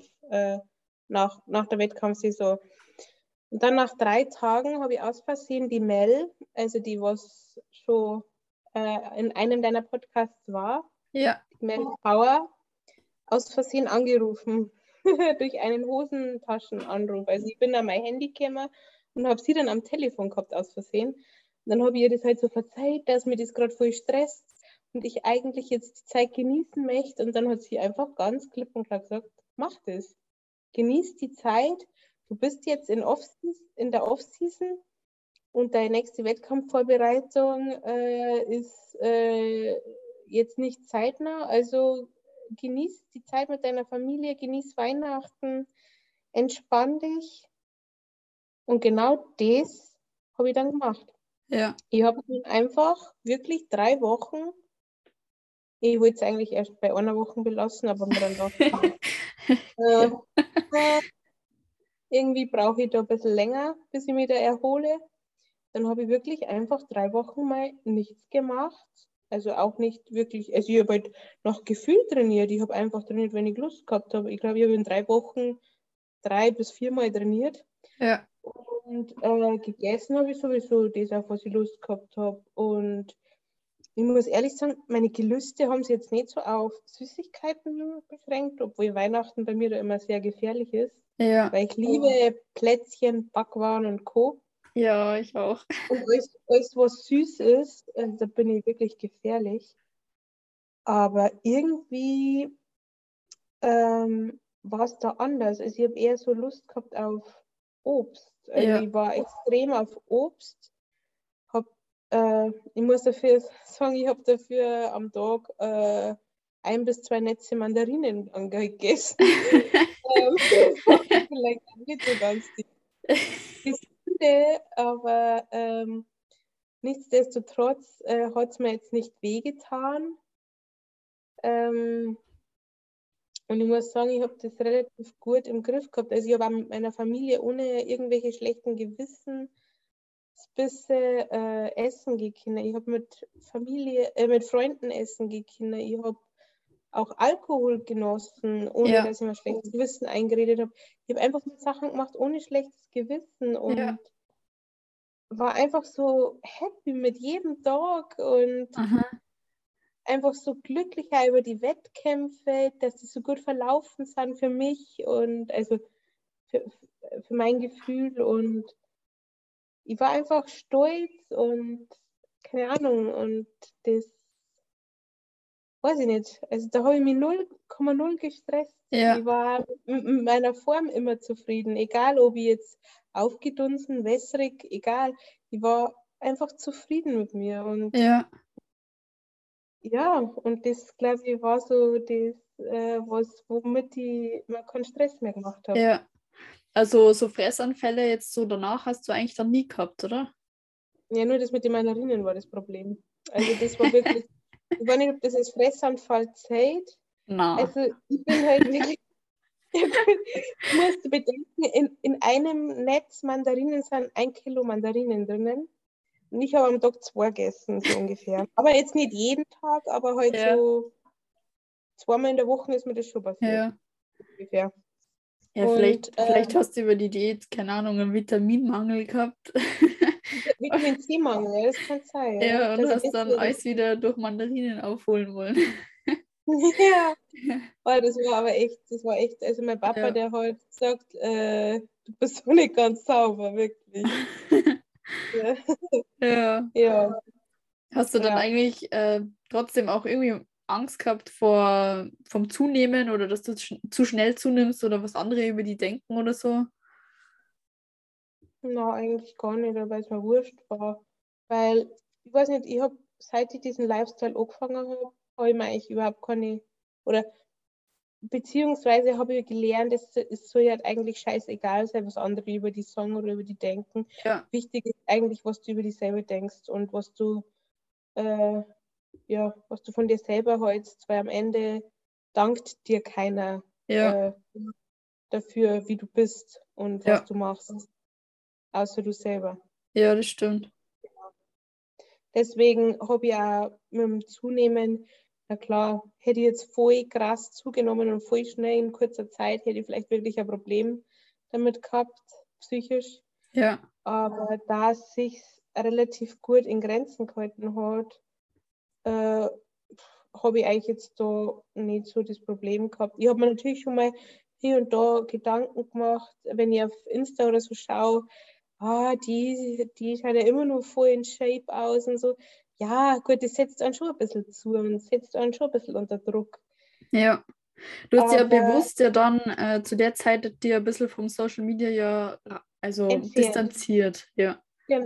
nach der Wettkampfsaison. Und dann nach 3 Tagen habe ich aus Versehen die Mel, also die, was schon in einem deiner Podcasts war, Ja, die Mel Power, aus Versehen angerufen durch einen Hosentaschenanruf. Also ich bin an mein Handy gekommen und habe sie dann am Telefon gehabt aus Versehen. Und dann habe ich ihr das halt so verzeiht, dass mir das gerade voll stresst und ich eigentlich jetzt die Zeit genießen möchte. Und dann hat sie einfach ganz klipp und klar gesagt, mach das. Genieß die Zeit. Du bist jetzt in der Off-Season und deine nächste Wettkampfvorbereitung ist jetzt nicht zeitnah. Also genieß die Zeit mit deiner Familie, genieß Weihnachten, entspann dich. Und genau das habe ich dann gemacht. ja. Ich habe dann einfach wirklich 3 Wochen, ich wollte es eigentlich erst bei einer Woche belassen, aber mir dann gedacht, äh, äh, irgendwie brauche ich da ein bisschen länger, bis ich mich da erhole. Dann habe ich wirklich einfach 3 Wochen mal nichts gemacht. Also auch nicht wirklich, also ich habe halt nach Gefühl trainiert. Ich habe einfach trainiert, wenn ich Lust gehabt habe. Ich glaube, ich habe in 3 Wochen 3 bis 4 Mal trainiert. Ja, Und gegessen habe ich sowieso das, auf was ich Lust gehabt habe. Und ich muss ehrlich sagen, meine Gelüste haben sich jetzt nicht so auf Süßigkeiten beschränkt, obwohl Weihnachten bei mir da immer sehr gefährlich ist. ja, Weil ich liebe Plätzchen, Backwaren und Co. ja, ich auch. Und alles, was süß ist, da bin ich wirklich gefährlich. Aber irgendwie war es da anders. Also ich habe eher so Lust gehabt auf Obst. Also Ja. ich war extrem auf Obst. Ich muss dafür sagen, ich habe dafür am Tag 1 bis 2 Netze Mandarinen gegessen. Das war vielleicht auch nicht so ganz die Gesunde, aber nichtsdestotrotz hat es mir jetzt nicht wehgetan. Ähm, und ich muss sagen, ich habe das relativ gut im Griff gehabt. Also ich habe auch mit meiner Familie ohne irgendwelche schlechten Gewissensbisse essen gekönnen. Ich habe mit Freunden essen gekönnen. Ich habe auch Alkohol genossen, ohne Ja, dass ich mir schlechtes Gewissen eingeredet habe. Ich habe einfach mit Sachen gemacht ohne schlechtes Gewissen ja. und war einfach so happy mit jedem Tag und Aha. einfach so glücklicher über die Wettkämpfe, dass die so gut verlaufen sind für mich und also für, für mein Gefühl. Und ich war einfach stolz und keine Ahnung. Und das weiß ich nicht. Also da habe ich mich 0,0 gestresst. Ja, Ich war mit meiner Form immer zufrieden, egal ob ich jetzt aufgedunsen, wässrig, egal. Ich war einfach zufrieden mit mir. Und ja, ja, und das, glaube ich, war so das, womit ich mir keinen Stress mehr gemacht habe. ja. Also so Fressanfälle jetzt so danach hast du eigentlich dann nie gehabt, oder? Ja, nur das mit den Mandarinen war das Problem. Also das war wirklich, ich weiß nicht, ob das als Fressanfall zählt. Na. Also ich bin halt wirklich, ja gut, du musst bedenken, in einem Netz Mandarinen sind 1 Kilo Mandarinen drinnen. Und ich habe am Tag 2 gegessen, so ungefähr. Aber jetzt nicht jeden Tag, aber halt Ja, so 2-mal in der Woche ist mir das schon passiert, ja. ungefähr. Ja, vielleicht, Und vielleicht hast du über die Diät, keine Ahnung, einen Vitaminmangel gehabt. Vitamin C-Mangel, ja, das kann sein, ja. Ja, und Dass ich hast dann deswegen, alles wieder durch Mandarinen aufholen wollen. ja, oh, das war echt, also mein Papa, Ja. der halt sagt, du bist so nicht ganz sauber, wirklich. Ja, Ja. ja, Hast du dann ja. eigentlich trotzdem auch irgendwie Angst gehabt vom Zunehmen oder dass du zu schnell zunimmst oder was andere über die denken oder so? Na, eigentlich gar nicht, weil es mir wurscht war. Weil, ich weiß nicht, ich habe, seit ich diesen Lifestyle angefangen habe ich mir eigentlich überhaupt keine, oder beziehungsweise habe ich gelernt, es soll ja eigentlich scheißegal sein, was andere über die sagen oder über die denken. Ja, Wichtig ist eigentlich, was du über dich selber denkst und äh, was du von dir selber hältst, weil am Ende dankt dir keiner ja, äh, dafür, wie du bist und was ja, du machst, außer du selber. ja, das stimmt. Deswegen habe ich auch mit dem Zunehmen, na klar, hätte ich jetzt voll krass zugenommen und voll schnell in kurzer Zeit, hätte ich vielleicht wirklich ein Problem damit gehabt, psychisch. Ja, Aber da es sich relativ gut in Grenzen gehalten hat, äh, habe ich eigentlich jetzt da nicht so das Problem gehabt. Ich habe mir natürlich schon mal hier und da Gedanken gemacht, wenn ich auf Insta oder so schaue, die schaut ja immer nur voll in Shape aus und so. Ja, gut, das setzt einen schon ein bisschen zu und setzt einen schon ein bisschen unter Druck. ja. Du hast ja Aber bewusst ja dann zu der Zeit dir ein bisschen vom Social Media ja also entfernt. distanziert. Ja,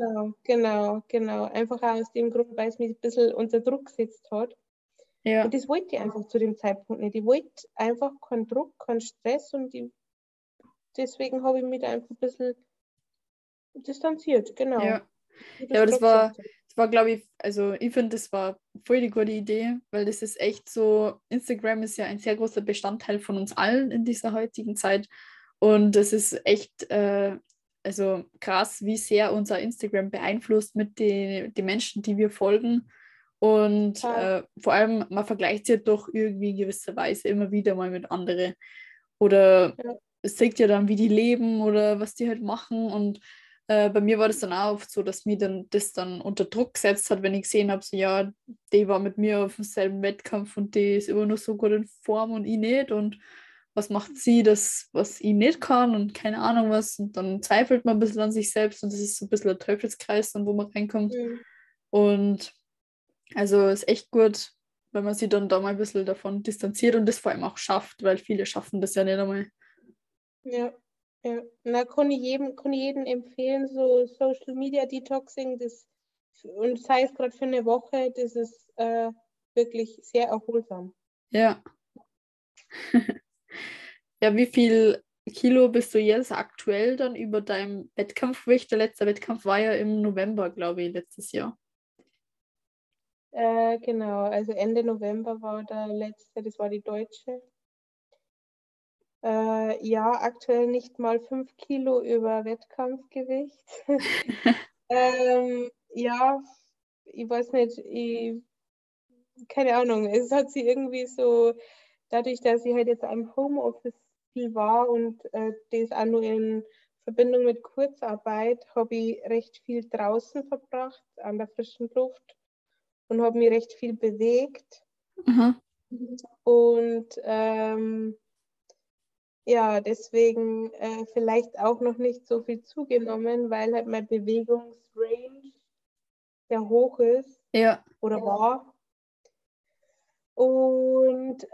Genau. Einfach auch aus dem Grund, weil es mich ein bisschen unter Druck gesetzt hat. ja, Und das wollte ich einfach zu dem Zeitpunkt nicht. Ich wollte einfach keinen Druck, keinen Stress und deswegen habe ich mich da einfach ein bisschen distanziert, ja. genau. Wie du Ja, es aber gerade gesagt hast. das war, glaube ich, also ich finde, das war voll die gute Idee, weil das ist echt so, Instagram ist ja ein sehr großer Bestandteil von uns allen in dieser heutigen Zeit. Und es ist echt, also krass, wie sehr unser Instagram beeinflusst mit den Menschen, die wir folgen. Und Ja, vor allem, man vergleicht sich ja doch irgendwie in gewisser Weise immer wieder mal mit anderen. Oder ja, es zeigt ja dann, wie die leben oder was die halt machen. Und bei mir war das dann auch oft so, dass mir dann das dann unter Druck gesetzt hat, wenn ich gesehen habe, so ja, die war mit mir auf demselben Wettkampf und die ist immer nur so gut in Form und ich nicht. Und was macht sie, das, was ich nicht kann und keine Ahnung was. Und dann zweifelt man ein bisschen an sich selbst und das ist so ein bisschen ein Teufelskreis, dann, wo man reinkommt. hm, Und also ist echt gut, wenn man sich dann da mal ein bisschen davon distanziert und das vor allem auch schafft, weil viele schaffen das ja nicht einmal. ja, ja. Na, kann ich jedem empfehlen, so Social Media Detoxing, und sei es gerade für eine Woche, das ist wirklich sehr erholsam. Ja. Ja, wie viel Kilo bist du jetzt aktuell dann über deinem Wettkampfgewicht? Der letzte Wettkampf war ja im November, glaube ich, letztes Jahr. Genau, also Ende November war der letzte, das war die deutsche. Ja, aktuell nicht mal 5 Kilo über Wettkampfgewicht. Ja, ich weiß nicht, keine Ahnung, es hat sie irgendwie so, dadurch, dass ich halt jetzt am Homeoffice viel war und das auch nur in Verbindung mit Kurzarbeit, habe ich recht viel draußen verbracht, an der frischen Luft und habe mich recht viel bewegt. Aha. Und ja, deswegen vielleicht auch noch nicht so viel zugenommen, weil halt mein Bewegungsrange sehr hoch ist Ja, oder war. Und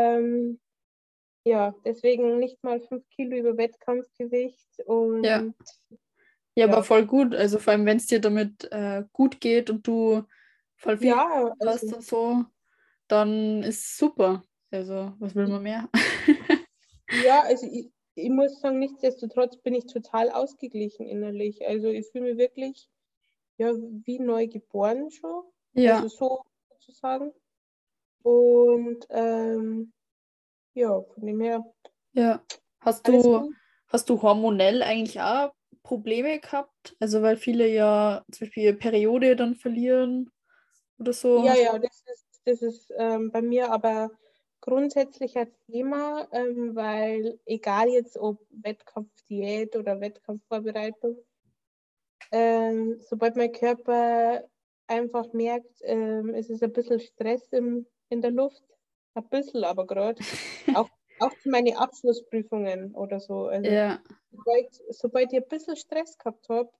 ja, deswegen nicht mal 5 Kilo über Wettkampfgewicht. ja. Und Ja, aber ja, voll gut. Also vor allem, wenn es dir damit gut geht und du voll viel ja, hast also und so, dann ist super. Also, was will man mehr? ja, also ich muss sagen, nichtsdestotrotz bin ich total ausgeglichen innerlich. Also ich fühle mich wirklich ja, wie neu geboren schon. Also Ja, so sozusagen. Und ja, von dem her ja. Hast alles du, gut. hast du hormonell eigentlich auch Probleme gehabt? Also, weil viele ja zum Beispiel ihre Periode dann verlieren oder so. Ja, das ist bei mir aber grundsätzlich ein Thema, weil egal jetzt ob Wettkampfdiät oder Wettkampfvorbereitung, sobald mein Körper einfach merkt, es ist ein bisschen Stress in der Luft, ein bisschen aber gerade, auch, auch zu meinen Abschlussprüfungen oder so. Also Ja, sobald ich ein bisschen Stress gehabt habe,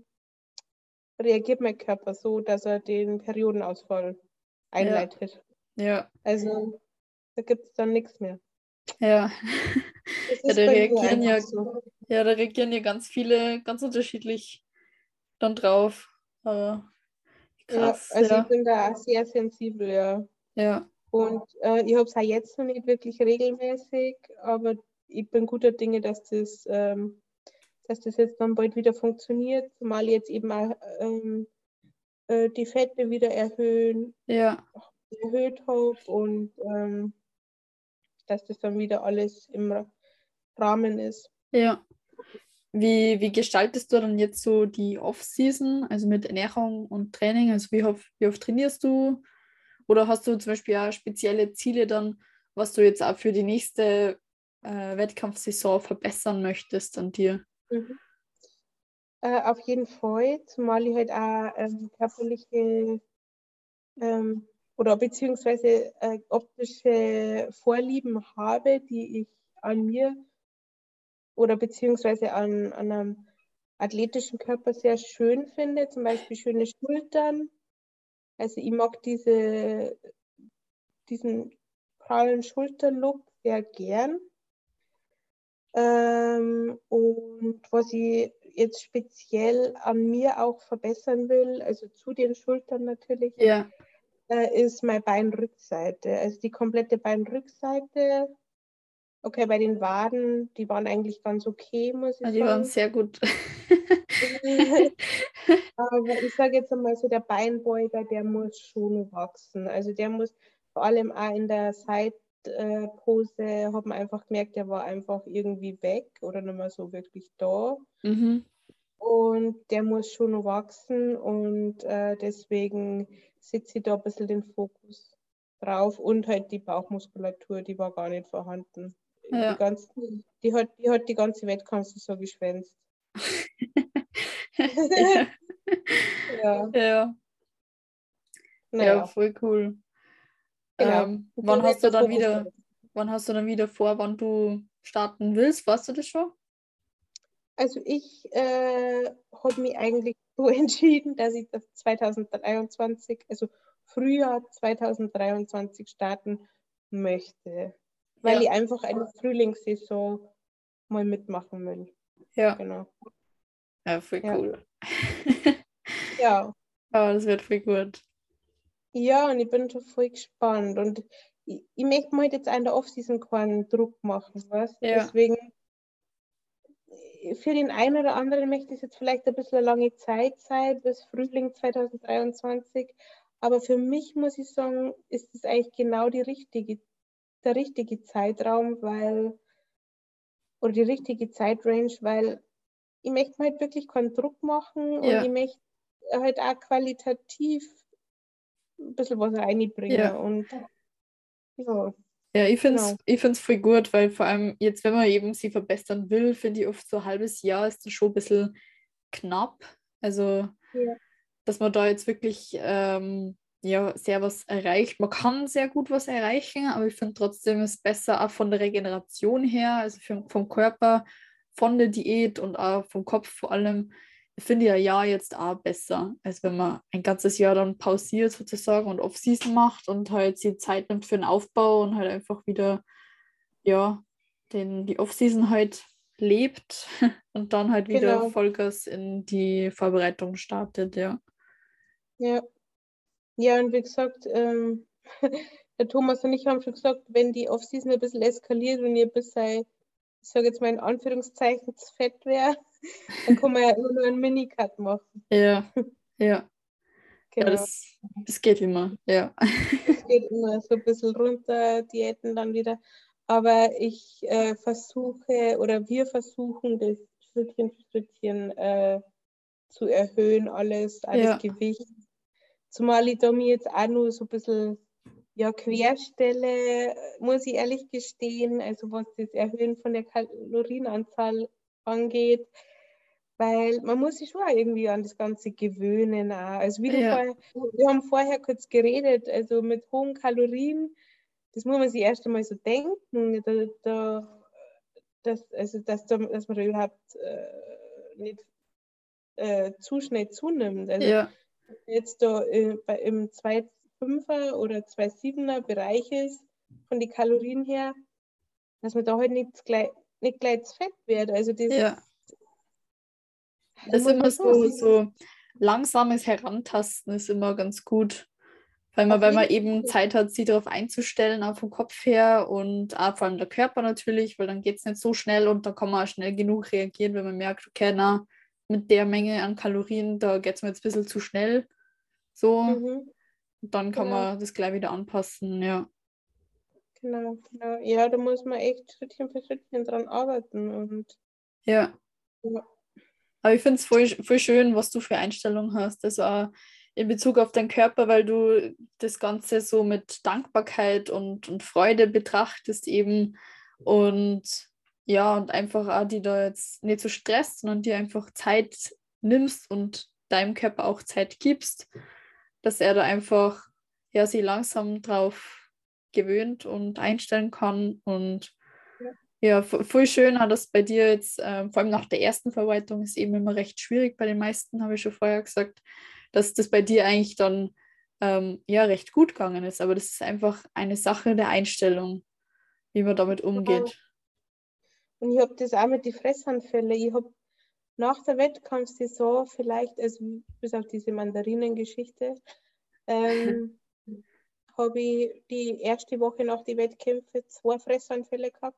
reagiert mein Körper so, dass er den Periodenausfall ja. einleitet. Ja, Also da gibt es dann nichts mehr. ja. Das Ja, ist bei mir einfach so. da reagieren ja ganz viele ganz unterschiedlich dann drauf. Aber Ja, krass, also ich ja. bin da auch sehr sensibel, ja. Ja, Und ich habe es auch jetzt noch nicht wirklich regelmäßig, aber ich bin guter Dinge, dass das jetzt dann bald wieder funktioniert, zumal ich jetzt eben auch die Fette wieder ja, erhöht habe und dass das dann wieder alles im Rahmen ist. ja. Wie gestaltest du dann jetzt so die Off-Season, also mit Ernährung und Training? Also wie oft trainierst du? Oder hast du zum Beispiel auch spezielle Ziele dann, was du jetzt auch für die nächste Wettkampfsaison verbessern möchtest an dir? Mhm. Auf jeden Fall, zumal ich halt auch körperliche oder beziehungsweise optische Vorlieben habe, die ich an mir oder beziehungsweise an einem athletischen Körper sehr schön finde, zum Beispiel schöne Schultern. Also ich mag diesen prallen Schulterlook sehr gern. Und was ich jetzt speziell an mir auch verbessern will, also zu den Schultern natürlich, Ja, ist meine Beinrückseite. Also die komplette Beinrückseite. Okay, bei den Waden, die waren eigentlich ganz okay, muss ich die waren sagen. sehr gut. Aber ich sage jetzt einmal so, der Beinbeuger, der muss schon wachsen. Also der muss vor allem auch in der Side-Pose, hat man einfach gemerkt, der war einfach irgendwie weg oder nicht mehr so wirklich da. Mhm. Und der muss schon noch wachsen und deswegen setze ich da ein bisschen den Fokus drauf und halt die Bauchmuskulatur, die war gar nicht vorhanden. Ja. Die hat die ganze Wettkampfsaison geschwänzt. Ja. Ja, Ja, ja, naja, voll cool. genau. Ich soll jetzt der Fokus drauf. Wann hast du dann wieder vor, wann du starten willst? Weißt du das schon? Also ich habe mich eigentlich so entschieden, dass ich das 2023, also Frühjahr 2023 starten möchte, weil Ja, ich einfach eine Frühlingssaison mal mitmachen will. ja, Genau. ja, voll Ja. cool. Ja. Aber das wird voll gut. Ja, und ich bin schon voll gespannt. Und ich möchte mir halt jetzt an der Off-Season keinen Druck machen, was? Ja, Deswegen, für den einen oder anderen möchte es jetzt vielleicht ein bisschen eine lange Zeit sein, bis Frühling 2023. Aber für mich muss ich sagen, ist es eigentlich genau der richtige Zeitraum, oder die richtige Zeitrange, weil ich möchte mir halt wirklich keinen Druck machen und ich ja, möchte halt auch qualitativ ein bisschen was reinbringen. ja. Und ja, Ja, genau. ich find's voll gut, weil vor allem jetzt, wenn man eben sie verbessern will, finde ich oft so ein halbes Jahr ist das schon ein bisschen knapp. Also, Ja, dass man da jetzt wirklich ja, sehr was erreicht. Man kann sehr gut was erreichen, aber ich finde trotzdem ist besser auch von der Regeneration her, also vom Körper, von der Diät und auch vom Kopf vor allem, finde ich ein Jahr jetzt auch besser, als wenn man ein ganzes Jahr dann pausiert sozusagen und Off-Season macht und halt sich Zeit nimmt für den Aufbau und halt einfach wieder, ja, die Off-Season halt lebt und dann halt wieder genau. Vollgas in die Vorbereitung startet, ja. Ja. Ja, und wie gesagt, der Thomas und ich haben schon gesagt, wenn die Offseason ein bisschen eskaliert und ihr bis sei, ich sage jetzt mal in Anführungszeichen, zu fett wäre, dann kann man ja immer nur einen Minicut machen. Ja, ja, ja, Genau. das geht immer, ja. Es geht immer so ein bisschen runter, Diäten dann wieder. Aber ich versuche oder wir versuchen, das Schrittchen für Schrittchen zu erhöhen, alles Ja, Gewicht. Zumal ich da mir jetzt auch nur so ein bisschen ja, querstelle, muss ich ehrlich gestehen, also was das Erhöhen von der Kalorienanzahl angeht, weil man muss sich schon auch irgendwie an das Ganze gewöhnen. Auch. Also ja, wir haben vorher kurz geredet, also mit hohen Kalorien, das muss man sich erst einmal so denken, dass man da überhaupt nicht zu schnell zunimmt. Also ja, jetzt da im 2,5er oder 2,7er Bereich ist, von den Kalorien her, dass man da halt nicht gleich zu fett wird. Also Ja, da das ist muss immer man schon so langsames Herantasten ist immer ganz gut. auf Weil man jeden eben Fall. Zeit hat, sich darauf einzustellen, auch vom Kopf her und auch vor allem der Körper natürlich, weil dann geht es nicht so schnell und dann kann man auch schnell genug reagieren, wenn man merkt, okay, na, mit der Menge an Kalorien, da geht es mir jetzt ein bisschen zu schnell. So, und Mhm, dann kann genau, man das gleich wieder anpassen, ja. genau. Ja, da muss man echt Schrittchen für Schrittchen dran arbeiten. Und Ja. ja, Aber ich finde es voll schön, was du für Einstellungen hast. Also auch in Bezug auf deinen Körper, weil du das Ganze so mit Dankbarkeit und Freude betrachtest eben. Und ja, und einfach auch die da jetzt nicht so stresst, sondern dir einfach Zeit nimmst und deinem Körper auch Zeit gibst, dass er da einfach ja sich langsam drauf gewöhnt und einstellen kann. Und ja, ja, voll schön, auch das bei dir jetzt, vor allem nach der ersten Verarbeitung ist eben immer recht schwierig bei den meisten, habe ich schon vorher gesagt, dass das bei dir eigentlich dann ja recht gut gegangen ist. Aber das ist einfach eine Sache der Einstellung, wie man damit genau. umgeht. Und ich habe das auch mit den Fressanfällen. Ich habe nach der Wettkampfsaison vielleicht, also bis auf diese Mandarinengeschichte, ähm, habe ich die erste Woche nach den Wettkämpfen 2 Fressanfälle gehabt,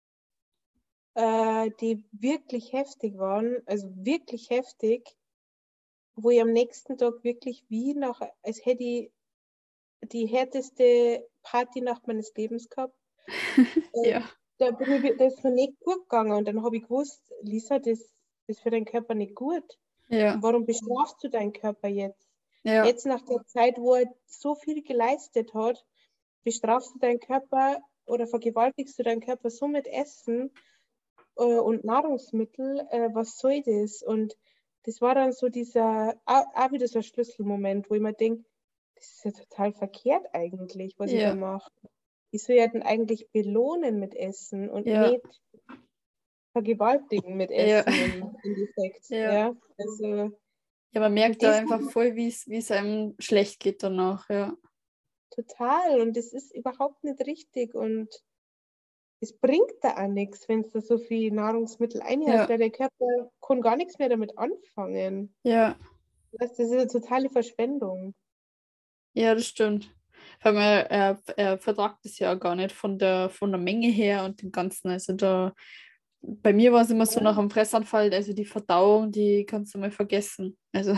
die wirklich heftig waren, also wirklich heftig, wo ich am nächsten Tag wirklich wie nach, als hätte ich die härteste Partynacht meines Lebens gehabt. Ja, Da bin ich, das ist mir nicht gut gegangen und dann habe ich gewusst, Lisa, das ist für deinen Körper nicht gut. ja, Und warum bestrafst du deinen Körper jetzt? ja, Jetzt nach der Zeit, wo er so viel geleistet hat, bestrafst du deinen Körper oder vergewaltigst du deinen Körper so mit Essen und Nahrungsmittel, was soll das? Und das war dann so dieser, auch wieder so ein Schlüsselmoment, wo ich mir denke, das ist ja total verkehrt eigentlich, was ich da ja, mache. Ich soll ja dann eigentlich belohnen mit Essen und ja, nicht vergewaltigen mit ja, Essen im Endeffekt. ja. Ja, also Ja, man und merkt da das einfach voll, wie es einem schlecht geht danach, ja. total und das ist überhaupt nicht richtig und es bringt da auch nichts, wenn du so viel Nahrungsmittel einhast, Ja, weil der Körper kann gar nichts mehr damit anfangen. ja, Das ist eine totale Verschwendung. ja, das stimmt. Weil er vertragt es ja gar nicht von der Menge her und dem Ganzen. Also da, bei mir war es immer so nach Ja, dem Fressanfall, also die Verdauung, die kannst du mal vergessen. Also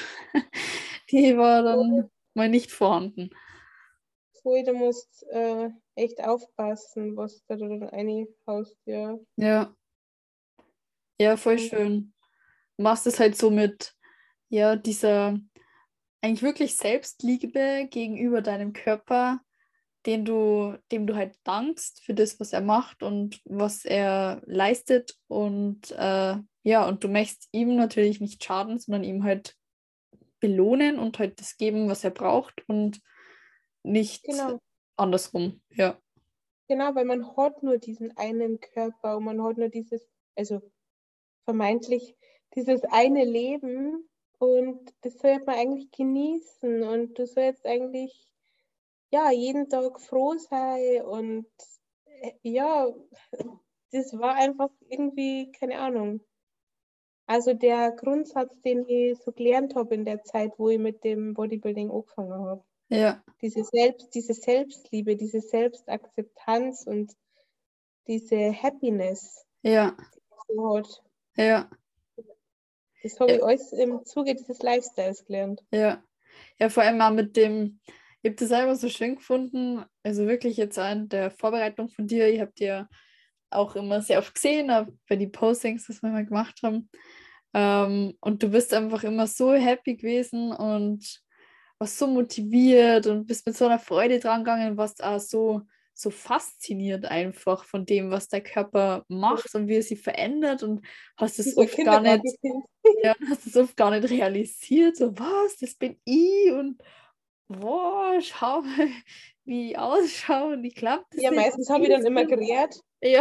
die war voll, dann mal nicht vorhanden. voll, du musst echt aufpassen, was du da dann reinhaust, ja. Ja, ja, voll Und schön. Du machst es halt so mit, ja, dieser eigentlich wirklich Selbstliebe gegenüber deinem Körper, dem du halt dankst für das, was er macht und was er leistet. Und ja, und du möchtest ihm natürlich nicht schaden, sondern ihm halt belohnen und halt das geben, was er braucht und nicht genau, andersrum. Ja, genau, weil man hat nur diesen einen Körper und man hat nur dieses, also vermeintlich dieses eine Leben und das sollte man eigentlich genießen und du sollst eigentlich ja jeden Tag froh sein und ja, das war einfach irgendwie, keine Ahnung. Also der Grundsatz, den ich so gelernt habe in der Zeit, wo ich mit dem Bodybuilding angefangen habe. ja, Diese Selbstliebe, diese Selbstakzeptanz und diese Happiness, ja, die man so hat. ja, Das habe ja, ich alles im Zuge dieses Lifestyles gelernt. ja. Ja, vor allem mal mit dem, ich habe das selber so schön gefunden, also wirklich jetzt an der Vorbereitung von dir, ich habe dir auch immer sehr oft gesehen, auch bei den Postings, was wir mal gemacht haben. Und du bist einfach immer so happy gewesen und warst so motiviert und bist mit so einer Freude dran gegangen, warst auch so fasziniert einfach von dem, was der Körper macht und wie er sich verändert und hast es Dieser oft gar nicht, Kindergartenkind. ja, hast es oft gar nicht realisiert, so was, das bin ich und boah, schau mal, wie ich ausschaue und ich glaube, das Ja, nicht. meistens habe ich dann immer gerät. Ja,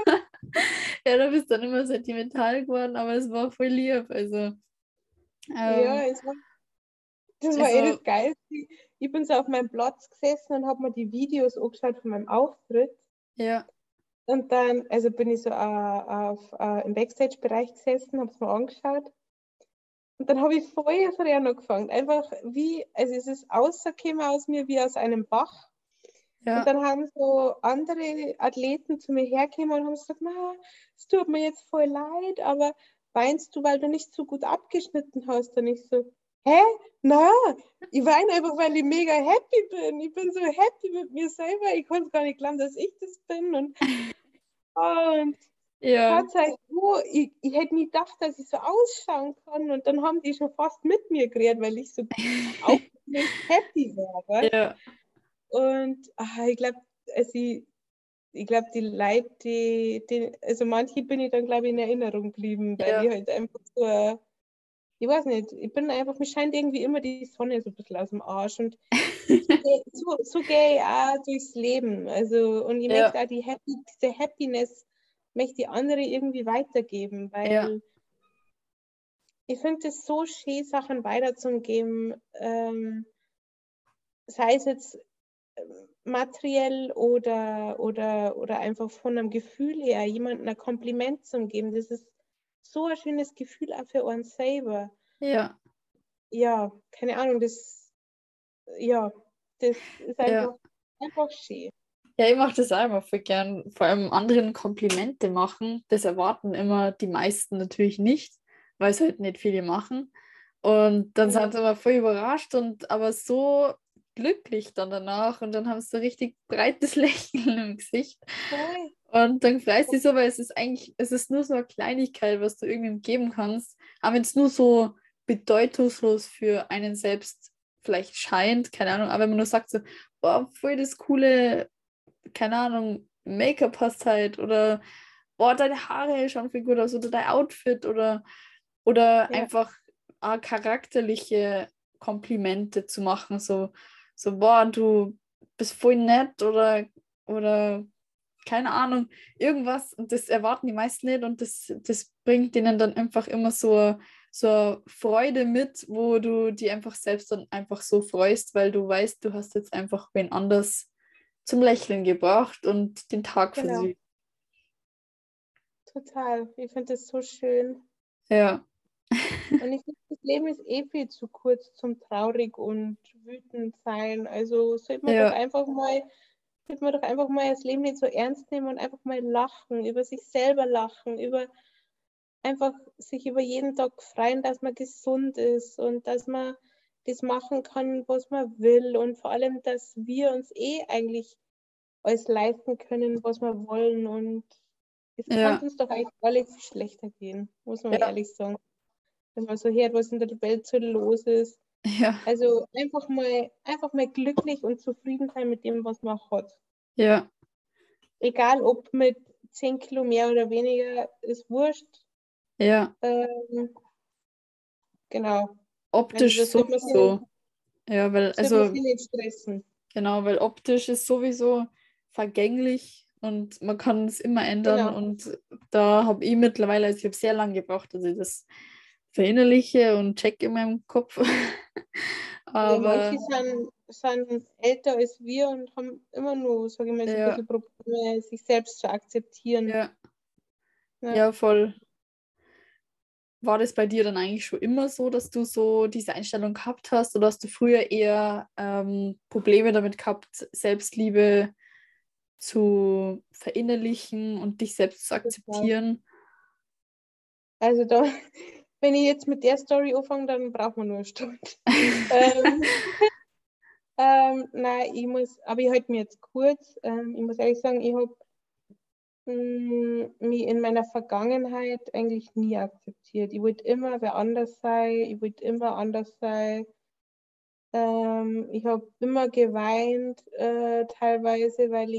ja, da bist du dann immer sentimental geworden, aber es war voll lieb. Ja, Ähm, das war eh also das Geilste. ich bin so auf meinem Platz gesessen und habe mir die Videos angeschaut von meinem Auftritt. Ja. Und dann, also bin ich so im Backstage-Bereich gesessen, habe es mir angeschaut. Und dann habe ich voll früh angefangen. Einfach wie, also es ist rausgekommen aus mir wie aus einem Bach. Und Ja. dann haben so andere Athleten zu mir hergekommen und haben gesagt, na, es tut mir jetzt voll leid, aber weinst du, weil du nicht so gut abgeschnitten hast? Und ich so, hä? Na, ich weine einfach, weil ich mega happy bin. Ich bin so happy mit mir selber. Ich konnte gar nicht glauben, dass ich das bin. Und Ja. Tatsache, oh, ich hätte nie gedacht, dass ich so ausschauen kann. Und dann haben die schon fast mit mir geredet, weil ich so aufgeregt happy war. Weißt? Ja. Und ich glaube, also ich glaube, die Leute, also manche bin ich dann, glaube ich, in Erinnerung geblieben, weil Ja. ich halt einfach so, ich weiß nicht, ich bin einfach, mir scheint irgendwie immer die Sonne so ein bisschen aus dem Arsch und so gehe ich auch durchs Leben. Also, und ich Ja. möchte auch diese Happiness, möchte ich andere irgendwie weitergeben, Ja. weil ich finde es so schön, Sachen weiterzugeben, sei es jetzt materiell oder einfach von einem Gefühl her, jemandem ein Kompliment zu geben. Das ist so ein schönes Gefühl auch für uns selber. Ja. Ja, keine Ahnung, ja, das ist Ja. einfach schön. Ja, ich mache das auch immer voll gern. Vor allem anderen Komplimente machen. Das erwarten immer die meisten natürlich nicht, weil es halt nicht viele machen. Und dann sind sie immer voll überrascht und aber so glücklich dann danach. Und dann haben sie so ein richtig breites Lächeln im Gesicht. Voll. Und dann freust du dich so, weil es ist nur so eine Kleinigkeit, was du irgendwem geben kannst. Aber wenn es nur so bedeutungslos für einen selbst vielleicht scheint, keine Ahnung, aber wenn man nur sagt so, boah, voll das coole, keine Ahnung, Make-up hast halt oder boah, deine Haare schauen viel gut aus oder dein Outfit oder Ja, einfach charakterliche Komplimente zu machen, so boah, du bist voll nett oder keine Ahnung, irgendwas und das erwarten die meisten nicht und das bringt denen dann einfach immer so eine Freude mit, wo du die einfach selbst dann einfach so freust, weil du weißt, du hast jetzt einfach wen anders zum Lächeln gebracht und den Tag genau, versüßt. total. Ich finde das so schön. Ja, Und ich finde, das Leben ist eh viel zu kurz zum traurig und wütend sein. Also ja, sollte man doch einfach mal das Leben nicht so ernst nehmen und einfach mal lachen, über sich selber lachen, über einfach sich über jeden Tag freuen, dass man gesund ist und dass man das machen kann, was man will und vor allem, dass wir uns eh eigentlich alles leisten können, was wir wollen und es kann ja, uns doch eigentlich alle viel schlechter gehen, muss man mal ja, ehrlich sagen, wenn man so hört, was in der Welt so los ist. ja, Also einfach mal glücklich und zufrieden sein mit dem, was man hat. ja, Egal ob mit 10 Kilo mehr oder weniger, ist wurscht. ja. Ähm, genau. Also Optisch das sollte man sich, sowieso. Ja, weil, sollte man also, sich nicht stressen. genau, weil optisch ist sowieso vergänglich und man kann es immer ändern. Genau. Und da habe ich mittlerweile, also ich habe sehr lange gebraucht, dass ich das verinnerliche und check in meinem Kopf. Ja, manche Aber sind älter als wir und haben immer nur, sage ich mal, so ein ja, bisschen Probleme, sich selbst zu akzeptieren. ja, Ja. ja, voll. War das bei dir dann eigentlich schon immer so, dass du so diese Einstellung gehabt hast oder hast du früher eher Probleme damit gehabt, Selbstliebe zu verinnerlichen und dich selbst zu Total. akzeptieren? Also da, wenn ich jetzt mit der Story anfange, dann braucht man nur eine Stunde. ähm, nein, aber ich halte mir jetzt kurz. Ich muss ehrlich sagen, ich habe mich in meiner Vergangenheit eigentlich nie akzeptiert. Ich wollte immer wer anders sein, ich wollte immer anders sein. Ich habe immer geweint, teilweise, weil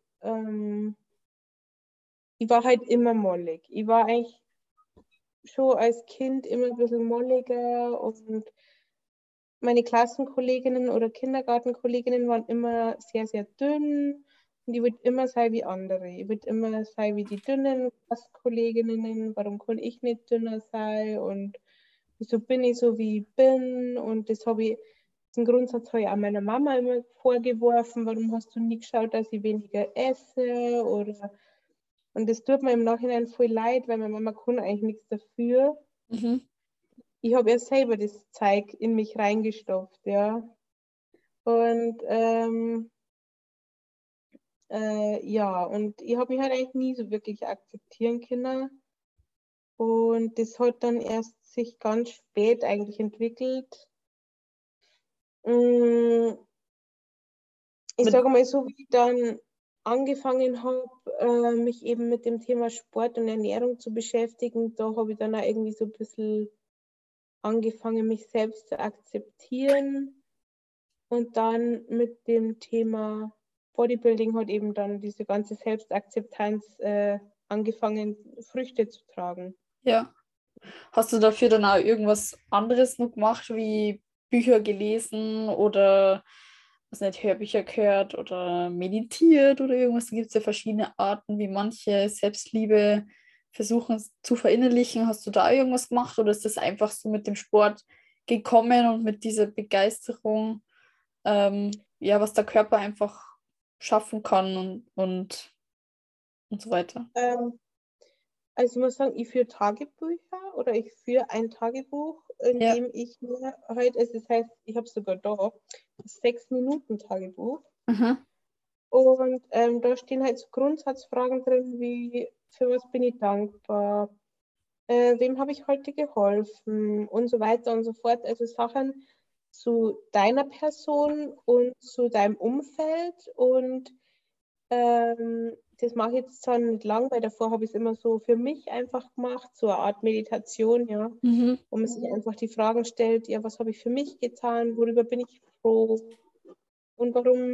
ich war halt immer mollig. Ich war eigentlich schon als Kind immer ein bisschen molliger und meine Klassenkolleginnen oder Kindergartenkolleginnen waren immer sehr, sehr dünn und ich wollte immer sein wie andere. Ich wollte immer sein wie die dünnen Klassenkolleginnen. Warum kann ich nicht dünner sein und wieso bin ich so, wie ich bin? Und das habe ich den Grundsatz habe ich auch meiner Mama immer vorgeworfen, warum hast du nie geschaut, dass ich weniger esse und das tut mir im Nachhinein voll leid, weil meine Mama kann eigentlich nichts dafür. Mhm. Ich habe ja selber das Zeug in mich reingestopft, ja. Und ja, und ich habe mich halt eigentlich nie so wirklich akzeptieren können. Und das hat dann erst sich ganz spät eigentlich entwickelt. Mm, Ich Mit, sage mal so, wie ich dann angefangen habe, mich eben mit dem Thema Sport und Ernährung zu beschäftigen, da habe ich dann auch irgendwie so ein bisschen angefangen, mich selbst zu akzeptieren. Und dann mit dem Thema Bodybuilding hat eben dann diese ganze Selbstakzeptanz angefangen, Früchte zu tragen. ja. Hast du dafür dann auch irgendwas anderes noch gemacht, wie Bücher gelesen oder was nicht, Hörbücher gehört oder meditiert oder irgendwas? Da gibt es ja verschiedene Arten, wie manche Selbstliebe versuchen zu verinnerlichen. Hast du da irgendwas gemacht oder ist das einfach so mit dem Sport gekommen und mit dieser Begeisterung, ja, was der Körper einfach schaffen kann und so weiter? Ähm, also ich muss sagen, ich führe Tagebücher oder ich führe ein Tagebuch, in Ja. dem ich mir halt, also das heißt, ich habe sogar da das 6-Minuten-Tagebuch. Mhm. Und da stehen halt so Grundsatzfragen drin, wie für was bin ich dankbar, wem habe ich heute geholfen und so weiter und so fort. Also Sachen zu deiner Person und zu deinem Umfeld. Und das mache ich jetzt zwar nicht lang, weil davor habe ich es immer so für mich einfach gemacht, so eine Art Meditation, ja, Mhm. wo man sich einfach die Fragen stellt, ja, was habe ich für mich getan, worüber bin ich froh und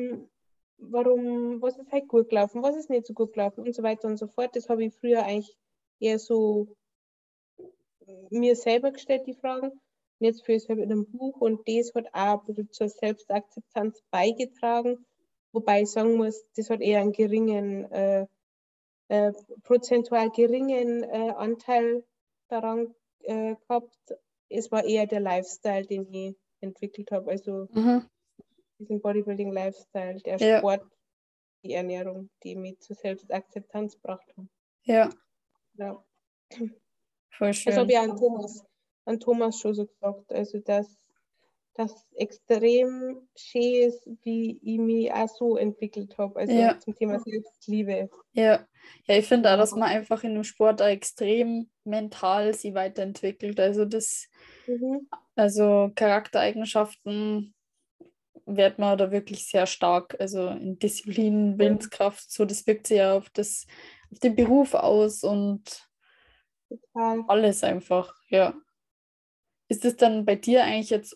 was ist halt gut gelaufen, was ist nicht so gut gelaufen und so weiter und so fort. Das habe ich früher eigentlich eher so mir selber gestellt, die Fragen. Und jetzt führe ich es halt in einem Buch und das hat auch ein bisschen zur Selbstakzeptanz beigetragen, wobei ich sagen muss, das hat eher einen äh, prozentual geringen Anteil daran gehabt. Es war eher der Lifestyle, den ich entwickelt habe, also Mhm. diesen Bodybuilding-Lifestyle, der Ja, Sport, die Ernährung, die mich zur Selbstakzeptanz gebracht haben. ja, Ja. voll Das habe schön. ich auch an Thomas schon so gesagt. Also, dass das extrem schön ist, wie ich mich auch so entwickelt habe. Also Ja. zum Thema Selbstliebe. Ja, ja, ich finde auch, Ja. dass man einfach in dem Sport auch extrem mental sich weiterentwickelt. Mhm. Also Charaktereigenschaften wird man da wirklich sehr stark. Also in Disziplin, Mhm. Willenskraft, so, das wirkt sich ja auf den Beruf aus und Total. alles einfach, ja. Ist es dann bei dir eigentlich jetzt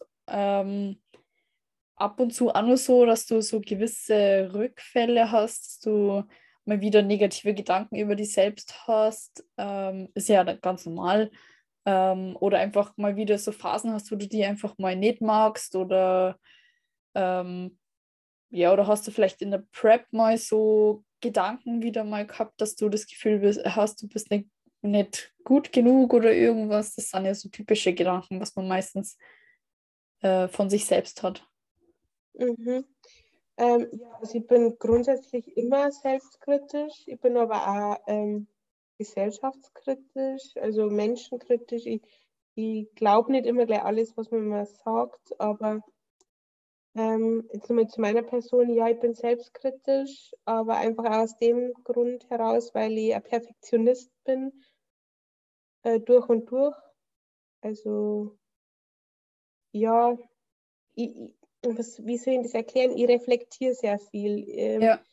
ab und zu auch nur so, dass du so gewisse Rückfälle hast, dass du mal wieder negative Gedanken über dich selbst hast? Ist ja ganz normal. Oder einfach mal wieder so Phasen hast, wo du die einfach mal nicht magst ähm, ja, oder hast du vielleicht in der Prep mal so Gedanken wieder mal gehabt, dass du das Gefühl hast, du bist nicht gut genug oder irgendwas? Das sind ja so typische Gedanken, was man meistens von sich selbst hat. Mhm. Ja, also ich bin grundsätzlich immer selbstkritisch. Ich bin aber auch gesellschaftskritisch, also menschenkritisch. Ich glaube nicht immer gleich alles, was man mir sagt, aber jetzt nochmal zu meiner Person, ja, ich bin selbstkritisch, aber einfach aus dem Grund heraus, weil ich ein Perfektionist bin, durch und durch. Also ja, wie soll ich das erklären? Ich reflektiere sehr viel. Ja,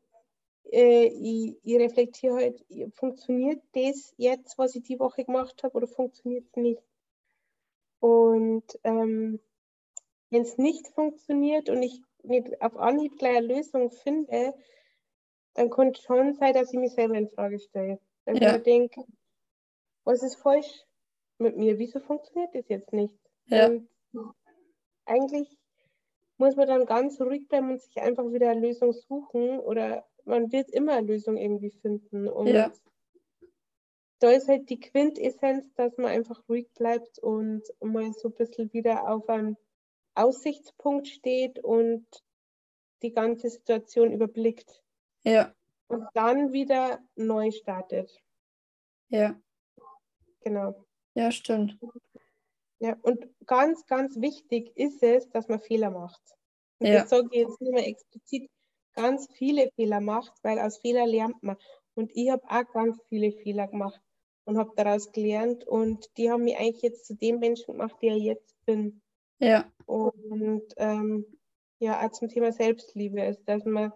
Ich reflektiere halt, funktioniert das jetzt, was ich die Woche gemacht habe, oder funktioniert es nicht? Und wenn es nicht funktioniert und ich nicht auf Anhieb gleich eine Lösung finde, dann kann es schon sein, dass ich mich selber in Frage stelle. Dass ich mir ja, denke, was ist falsch mit mir? Wieso funktioniert das jetzt nicht? ja, Und eigentlich muss man dann ganz ruhig bleiben und sich einfach wieder eine Lösung suchen oder man wird immer eine Lösung irgendwie finden. Und ja, da ist halt die Quintessenz, dass man einfach ruhig bleibt und mal so ein bisschen wieder auf einen Aussichtspunkt steht und die ganze Situation überblickt Ja, und dann wieder neu startet. ja, Genau. ja, stimmt. Ja, und ganz, ganz wichtig ist es, dass man Fehler macht. Und das Ja, sage ich jetzt nur mal explizit, ganz viele Fehler macht, weil aus Fehler lernt man. Und ich habe auch ganz viele Fehler gemacht und habe daraus gelernt. Und die haben mich eigentlich jetzt zu dem Menschen gemacht, der ich jetzt bin. ja, Und ja, auch zum Thema Selbstliebe ist, dass man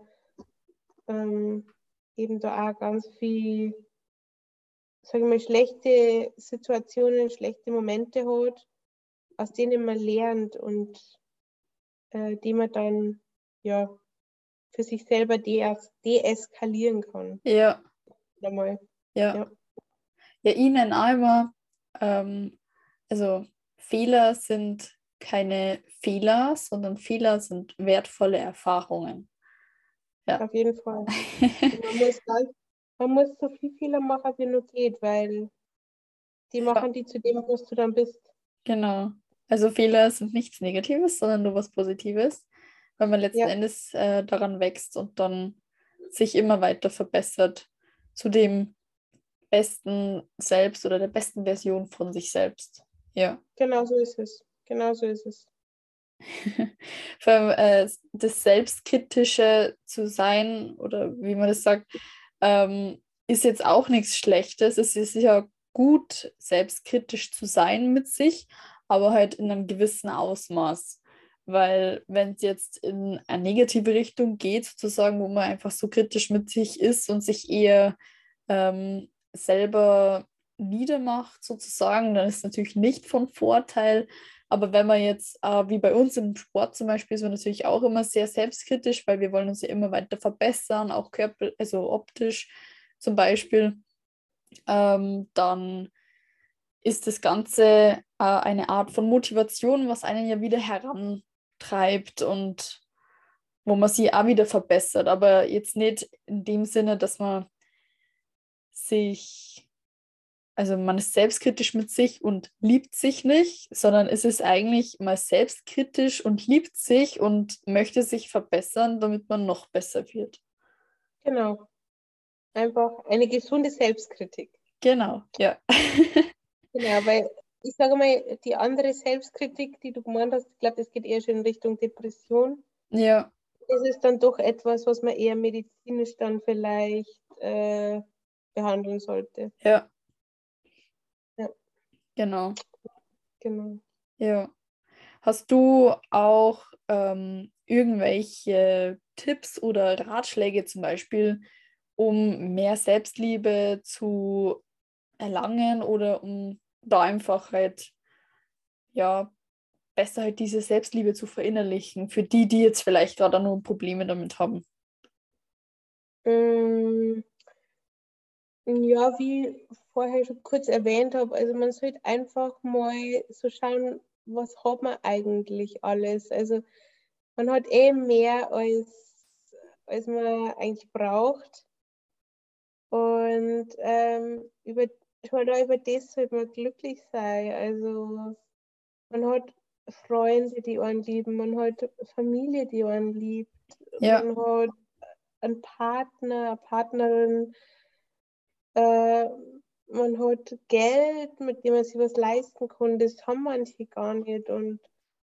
eben da auch ganz viel, sagen wir, schlechte Situationen, schlechte Momente hat, aus denen man lernt und die man dann ja für sich selber deeskalieren kann. ja, Einmal. ja. Ja, Ja, Ihnen einmal, also Fehler sind keine Fehler, sondern Fehler sind wertvolle Erfahrungen. Ja. auf jeden Fall. Und man muss so viel Fehler machen, wie nur geht, weil die Ja, machen die zu dem, was du dann bist. genau. Also Fehler sind nichts Negatives, sondern nur was Positives, weil man letzten Ja, Endes daran wächst und dann sich immer weiter verbessert zu dem besten Selbst oder der besten Version von sich selbst. Ja. genau so ist es. Genau so ist es. Vor allem das Selbstkritische zu sein oder wie man das sagt, ist jetzt auch nichts Schlechtes. Es ist ja gut, selbstkritisch zu sein mit sich, aber halt in einem gewissen Ausmaß. Weil wenn es jetzt in eine negative Richtung geht, sozusagen, wo man einfach so kritisch mit sich ist und sich eher selber niedermacht, sozusagen, dann ist es natürlich nicht von Vorteil. Aber wenn man jetzt, wie bei uns im Sport zum Beispiel, ist man natürlich auch immer sehr selbstkritisch, weil wir wollen uns ja immer weiter verbessern, auch körper, also optisch zum Beispiel, dann ist das Ganze eine Art von Motivation, was einen ja wieder herantreibt und wo man sich auch wieder verbessert. Aber jetzt nicht in dem Sinne, dass man sich also man ist selbstkritisch mit sich und liebt sich nicht, sondern es ist eigentlich mal selbstkritisch und liebt sich und möchte sich verbessern, damit man noch besser wird. Genau. Einfach eine gesunde Selbstkritik. Genau, ja. Genau, weil ich sage mal, die andere Selbstkritik, die du gemeint hast, ich glaube, das geht eher schon in Richtung Depression. Ja, Das ist dann doch etwas, was man eher medizinisch dann vielleicht behandeln sollte. ja, Ja, genau. genau. Ja. Hast du auch irgendwelche Tipps oder Ratschläge zum Beispiel, um mehr Selbstliebe zu erlangen oder um da einfach halt, ja, besser halt diese Selbstliebe zu verinnerlichen, für die, die jetzt vielleicht gerade nur Probleme damit haben. Mm, ja, wie vorher schon kurz erwähnt habe, also man sollte einfach mal so schauen, was hat man eigentlich alles. Also man hat eh mehr, als man eigentlich braucht. Und schon da über das sollte man glücklich sein. Also man hat Freunde, die einen lieben, man hat Familie, die einen liebt, Ja, man hat einen Partner, eine Partnerin, äh, man hat Geld, mit dem man sich was leisten kann. Das haben manche gar nicht. Und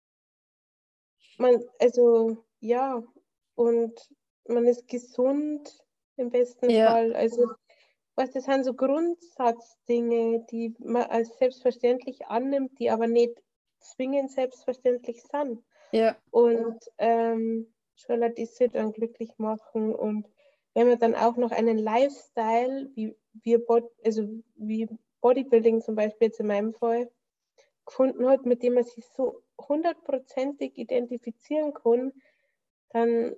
also ja, und man ist gesund im besten ja, Fall. Also was, das sind so Grundsatzdinge, die man als selbstverständlich annimmt, die aber nicht zwingend selbstverständlich sind. ja, Und schon das sie dann glücklich machen. Und wenn man dann auch noch einen Lifestyle, also wie Bodybuilding zum Beispiel jetzt in meinem Fall, gefunden hat, mit dem man sich so hundertprozentig identifizieren kann, dann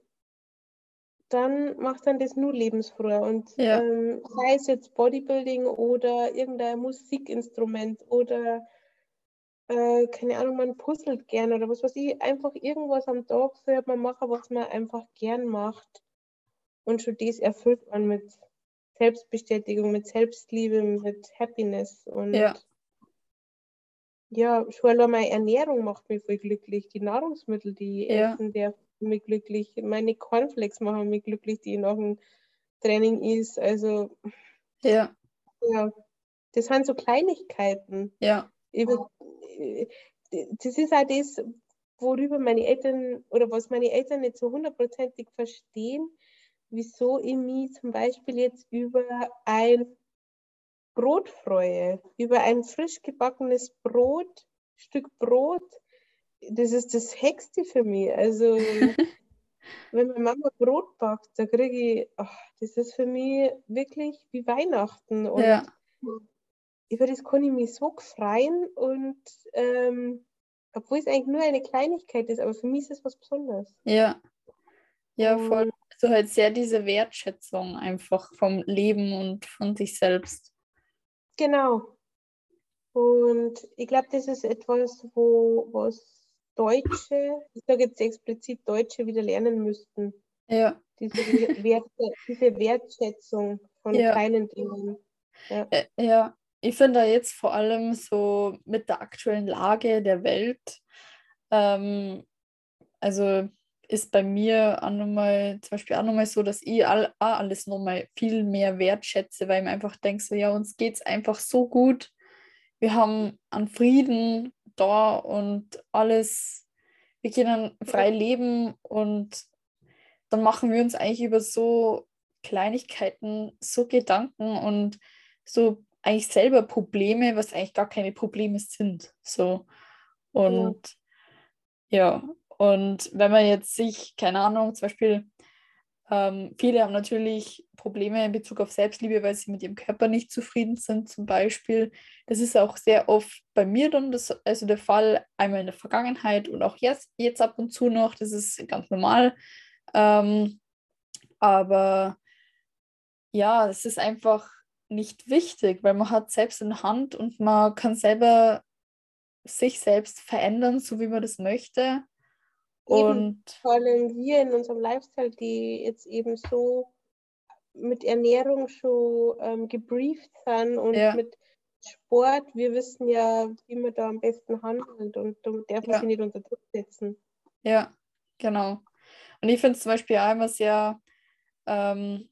macht dann das nur lebensfroher. Und ja, sei es jetzt Bodybuilding oder irgendein Musikinstrument oder keine Ahnung, man puzzelt gern oder was weiß ich, einfach irgendwas am Tag sollte man machen, was man einfach gern macht. Und schon das erfüllt man mit Selbstbestätigung, mit Selbstliebe, mit Happiness. Und ja, ja, schon allein meine Ernährung macht mich voll glücklich. Die Nahrungsmittel, die ich Ja, essen darf, machen mich glücklich. Meine Cornflakes machen mich glücklich, die ich nach dem Training isst. Also, ja, ja, das sind so Kleinigkeiten. ja, Über, das ist auch das, worüber meine Eltern oder was meine Eltern nicht so hundertprozentig verstehen, wieso ich mich zum Beispiel jetzt über ein Brot freue, über ein frisch gebackenes Brot, Stück Brot. Das ist das Hexte für mich. Also, wenn meine Mama Brot backt, da kriege ich, ach, das ist für mich wirklich wie Weihnachten. ja, Und über das kann ich mich so freuen. Und obwohl es eigentlich nur eine Kleinigkeit ist, aber für mich ist es was Besonderes. ja, ja, voll. Und Also halt sehr diese Wertschätzung einfach vom Leben und von sich selbst. genau. Und ich glaube, das ist etwas, was Deutsche, ich sage jetzt explizit Deutsche, wieder lernen müssten. Ja, Diese Wertschätzung von ja. kleinen Dingen. Ja, Ja, ich finde da jetzt vor allem so mit der aktuellen Lage der Welt, ähm, also ist bei mir auch nochmal, zum Beispiel auch nochmal so, dass ich auch alles nochmal viel mehr wertschätze, weil ich mir einfach denke, so, ja, uns geht es einfach so gut. Wir haben einen Frieden da und alles, wir können frei leben und dann machen wir uns eigentlich über so Kleinigkeiten so Gedanken und so eigentlich selber Probleme, was eigentlich gar keine Probleme sind. So. ja, Und ja, und wenn man jetzt sich, keine Ahnung, zum Beispiel, viele haben natürlich Probleme in Bezug auf Selbstliebe, weil sie mit ihrem Körper nicht zufrieden sind, zum Beispiel. Das ist auch sehr oft bei mir dann also der Fall, einmal in der Vergangenheit und auch jetzt ab und zu noch, das ist ganz normal. Ähm, aber ja, es ist einfach nicht wichtig, weil man hat selbst in der Hand und man kann selber sich selbst verändern, so wie man das möchte. eben, Und vor allem wir in unserem Lifestyle, die jetzt eben so mit Ernährung schon gebrieft sind und ja, mit Sport, wir wissen ja, wie man da am besten handelt und da darf man sich ja, nicht unter Druck setzen. ja, genau. Und ich finde es zum Beispiel auch immer sehr ähm,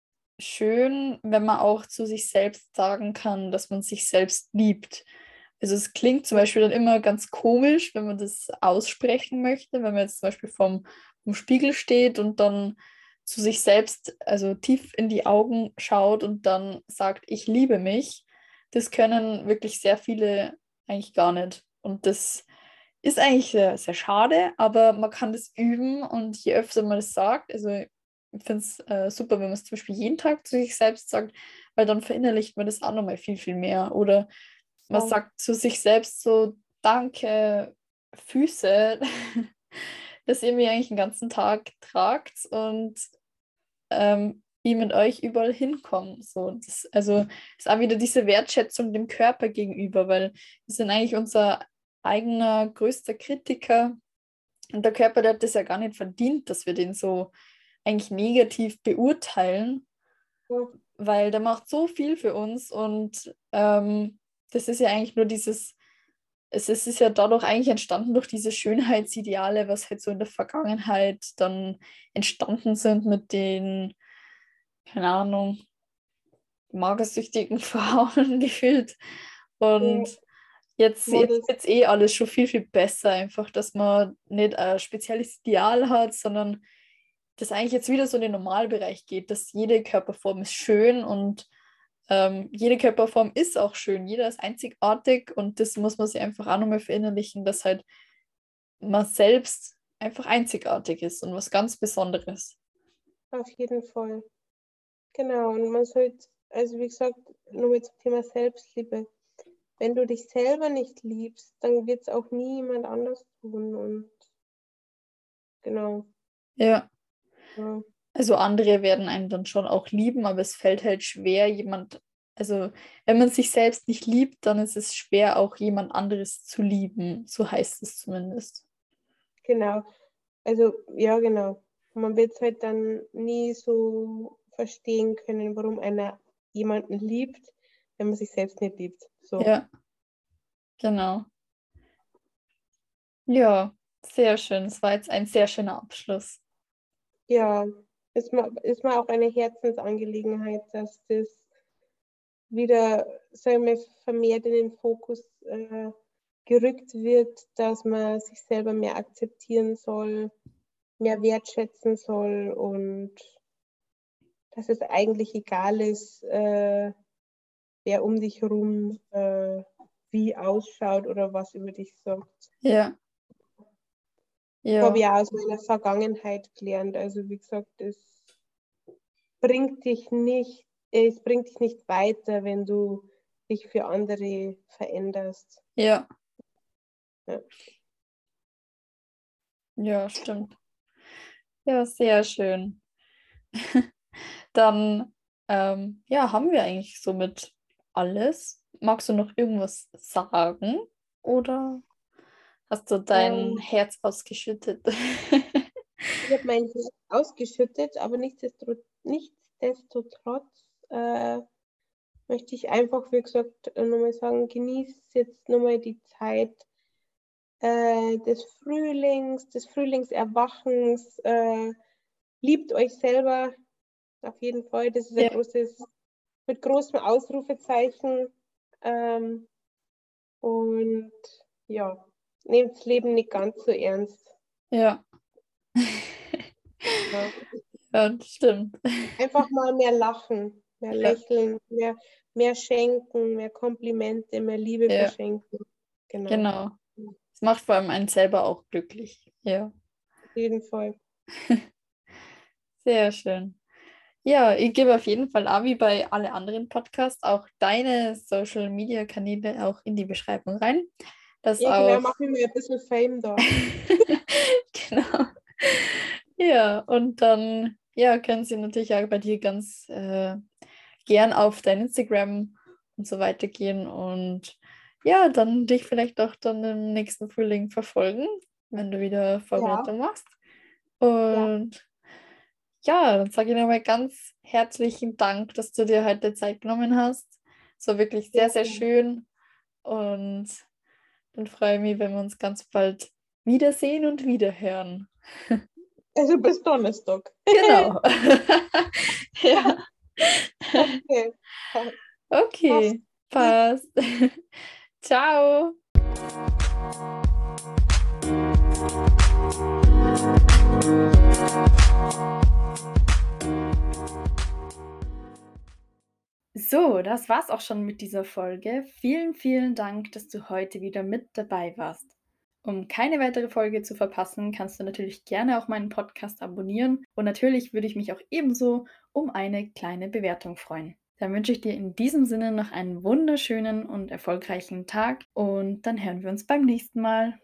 schön, wenn man auch zu sich selbst sagen kann, dass man sich selbst liebt. Also es klingt zum Ja, Beispiel dann immer ganz komisch, wenn man das aussprechen möchte, wenn man jetzt zum Beispiel vom Spiegel steht und dann zu sich selbst, also tief in die Augen schaut und dann sagt, ich liebe mich. Das können wirklich sehr viele eigentlich gar nicht. Und das ist eigentlich sehr, sehr schade, aber man kann das üben und je öfter man das sagt, also ich finde es super, wenn man es zum Beispiel jeden Tag zu sich selbst sagt, weil dann verinnerlicht man das auch nochmal viel, viel mehr. Oder man voll. sagt zu sich selbst so, danke, Füße, dass ihr mir eigentlich den ganzen Tag tragt und ich mit euch überall hinkomme. So, also ist auch wieder diese Wertschätzung dem Körper gegenüber, weil wir sind eigentlich unser eigener größter Kritiker und der Körper, der hat das ja gar nicht verdient, dass wir den so eigentlich negativ beurteilen, Ja, weil der macht so viel für uns und das ist ja eigentlich nur es ist ja dadurch eigentlich entstanden durch diese Schönheitsideale, was halt so in der Vergangenheit dann entstanden sind mit den, keine Ahnung, magersüchtigen Frauen gefühlt. ja, Und jetzt Models. wird eh alles schon viel, viel besser, einfach, dass man nicht ein spezielles Ideal hat, sondern dass eigentlich jetzt wieder so in den Normalbereich geht, dass jede Körperform ist schön und jede Körperform ist auch schön, jeder ist einzigartig und das muss man sich einfach auch nochmal verinnerlichen, dass halt man selbst einfach einzigartig ist und was ganz Besonderes. Auf jeden Fall. Genau, und man sollte, also wie gesagt, nur mit zum Thema Selbstliebe. Wenn du dich selber nicht liebst, dann wird es auch nie jemand anders tun. Und genau. Ja, Ja, also andere werden einen dann schon auch lieben, aber es fällt halt schwer, also wenn man sich selbst nicht liebt, dann ist es schwer, auch jemand anderes zu lieben. So heißt es zumindest. genau. Also, ja, genau. Man wird es halt dann nie so verstehen können, warum einer jemanden liebt, wenn man sich selbst nicht liebt. So. Ja, genau. Ja, sehr schön. Es war jetzt ein sehr schöner Abschluss. Ja, ist mir auch eine Herzensangelegenheit, dass das wieder, sagen wir, vermehrt in den Fokus gerückt wird, dass man sich selber mehr akzeptieren soll, mehr wertschätzen soll und dass es eigentlich egal ist, wer um dich herum wie ausschaut oder was über dich sagt. Ja, Habe ja, ich auch aus meiner Vergangenheit gelernt. Also wie gesagt, bringt dich nicht, es bringt dich nicht weiter, wenn du dich für andere veränderst. ja, Ja, ja, stimmt. Ja, sehr schön. Dann, ja, haben wir eigentlich somit alles. Magst du noch irgendwas sagen? Oder hast du dein ähm, Herz ausgeschüttet? ich habe mein Herz ausgeschüttet, aber nichtsdestotrotz möchte ich einfach, wie gesagt, nochmal sagen, genießt jetzt nochmal die Zeit des Frühlings, des Frühlingserwachens. Liebt euch selber auf jeden Fall. Das ist ein Ja, großes, mit großem Ausrufezeichen. Ähm, und ja, nehmt das Leben nicht ganz so ernst. ja, Ja. ja, das stimmt. Einfach mal mehr lachen, mehr Ja, lächeln, mehr schenken, mehr Komplimente, mehr Liebe ja, verschenken. Genau, genau. Es macht vor allem einen selber auch glücklich. Ja, auf jeden Fall. sehr schön. Ja, ich gebe auf jeden Fall auch wie bei alle anderen Podcasts auch deine Social Media Kanäle auch in die Beschreibung rein. Das Ja, genau, auch. machen wir ein bisschen Fame da. Genau. Ja, und dann ja, können sie natürlich auch bei dir ganz gern auf dein Instagram und so weiter gehen und ja, dann dich vielleicht auch dann im nächsten Frühling verfolgen, wenn du wieder Ja, Vorbereitung machst. ja, Und ja, dann sage ich nochmal ganz herzlichen Dank, dass du dir heute Zeit genommen hast. Es war wirklich sehr, sehr sehr gerne. schön und dann freue ich mich, wenn wir uns ganz bald wiedersehen und wiederhören. Also bis Donnerstag. Genau. Ja, Okay, passt. okay, passt. Ciao. So, das war's auch schon mit dieser Folge. Vielen, vielen Dank, dass du heute wieder mit dabei warst. Um keine weitere Folge zu verpassen, kannst du natürlich gerne auch meinen Podcast abonnieren und natürlich würde ich mich auch ebenso um eine kleine Bewertung freuen. Dann wünsche ich dir in diesem Sinne noch einen wunderschönen und erfolgreichen Tag und dann hören wir uns beim nächsten Mal.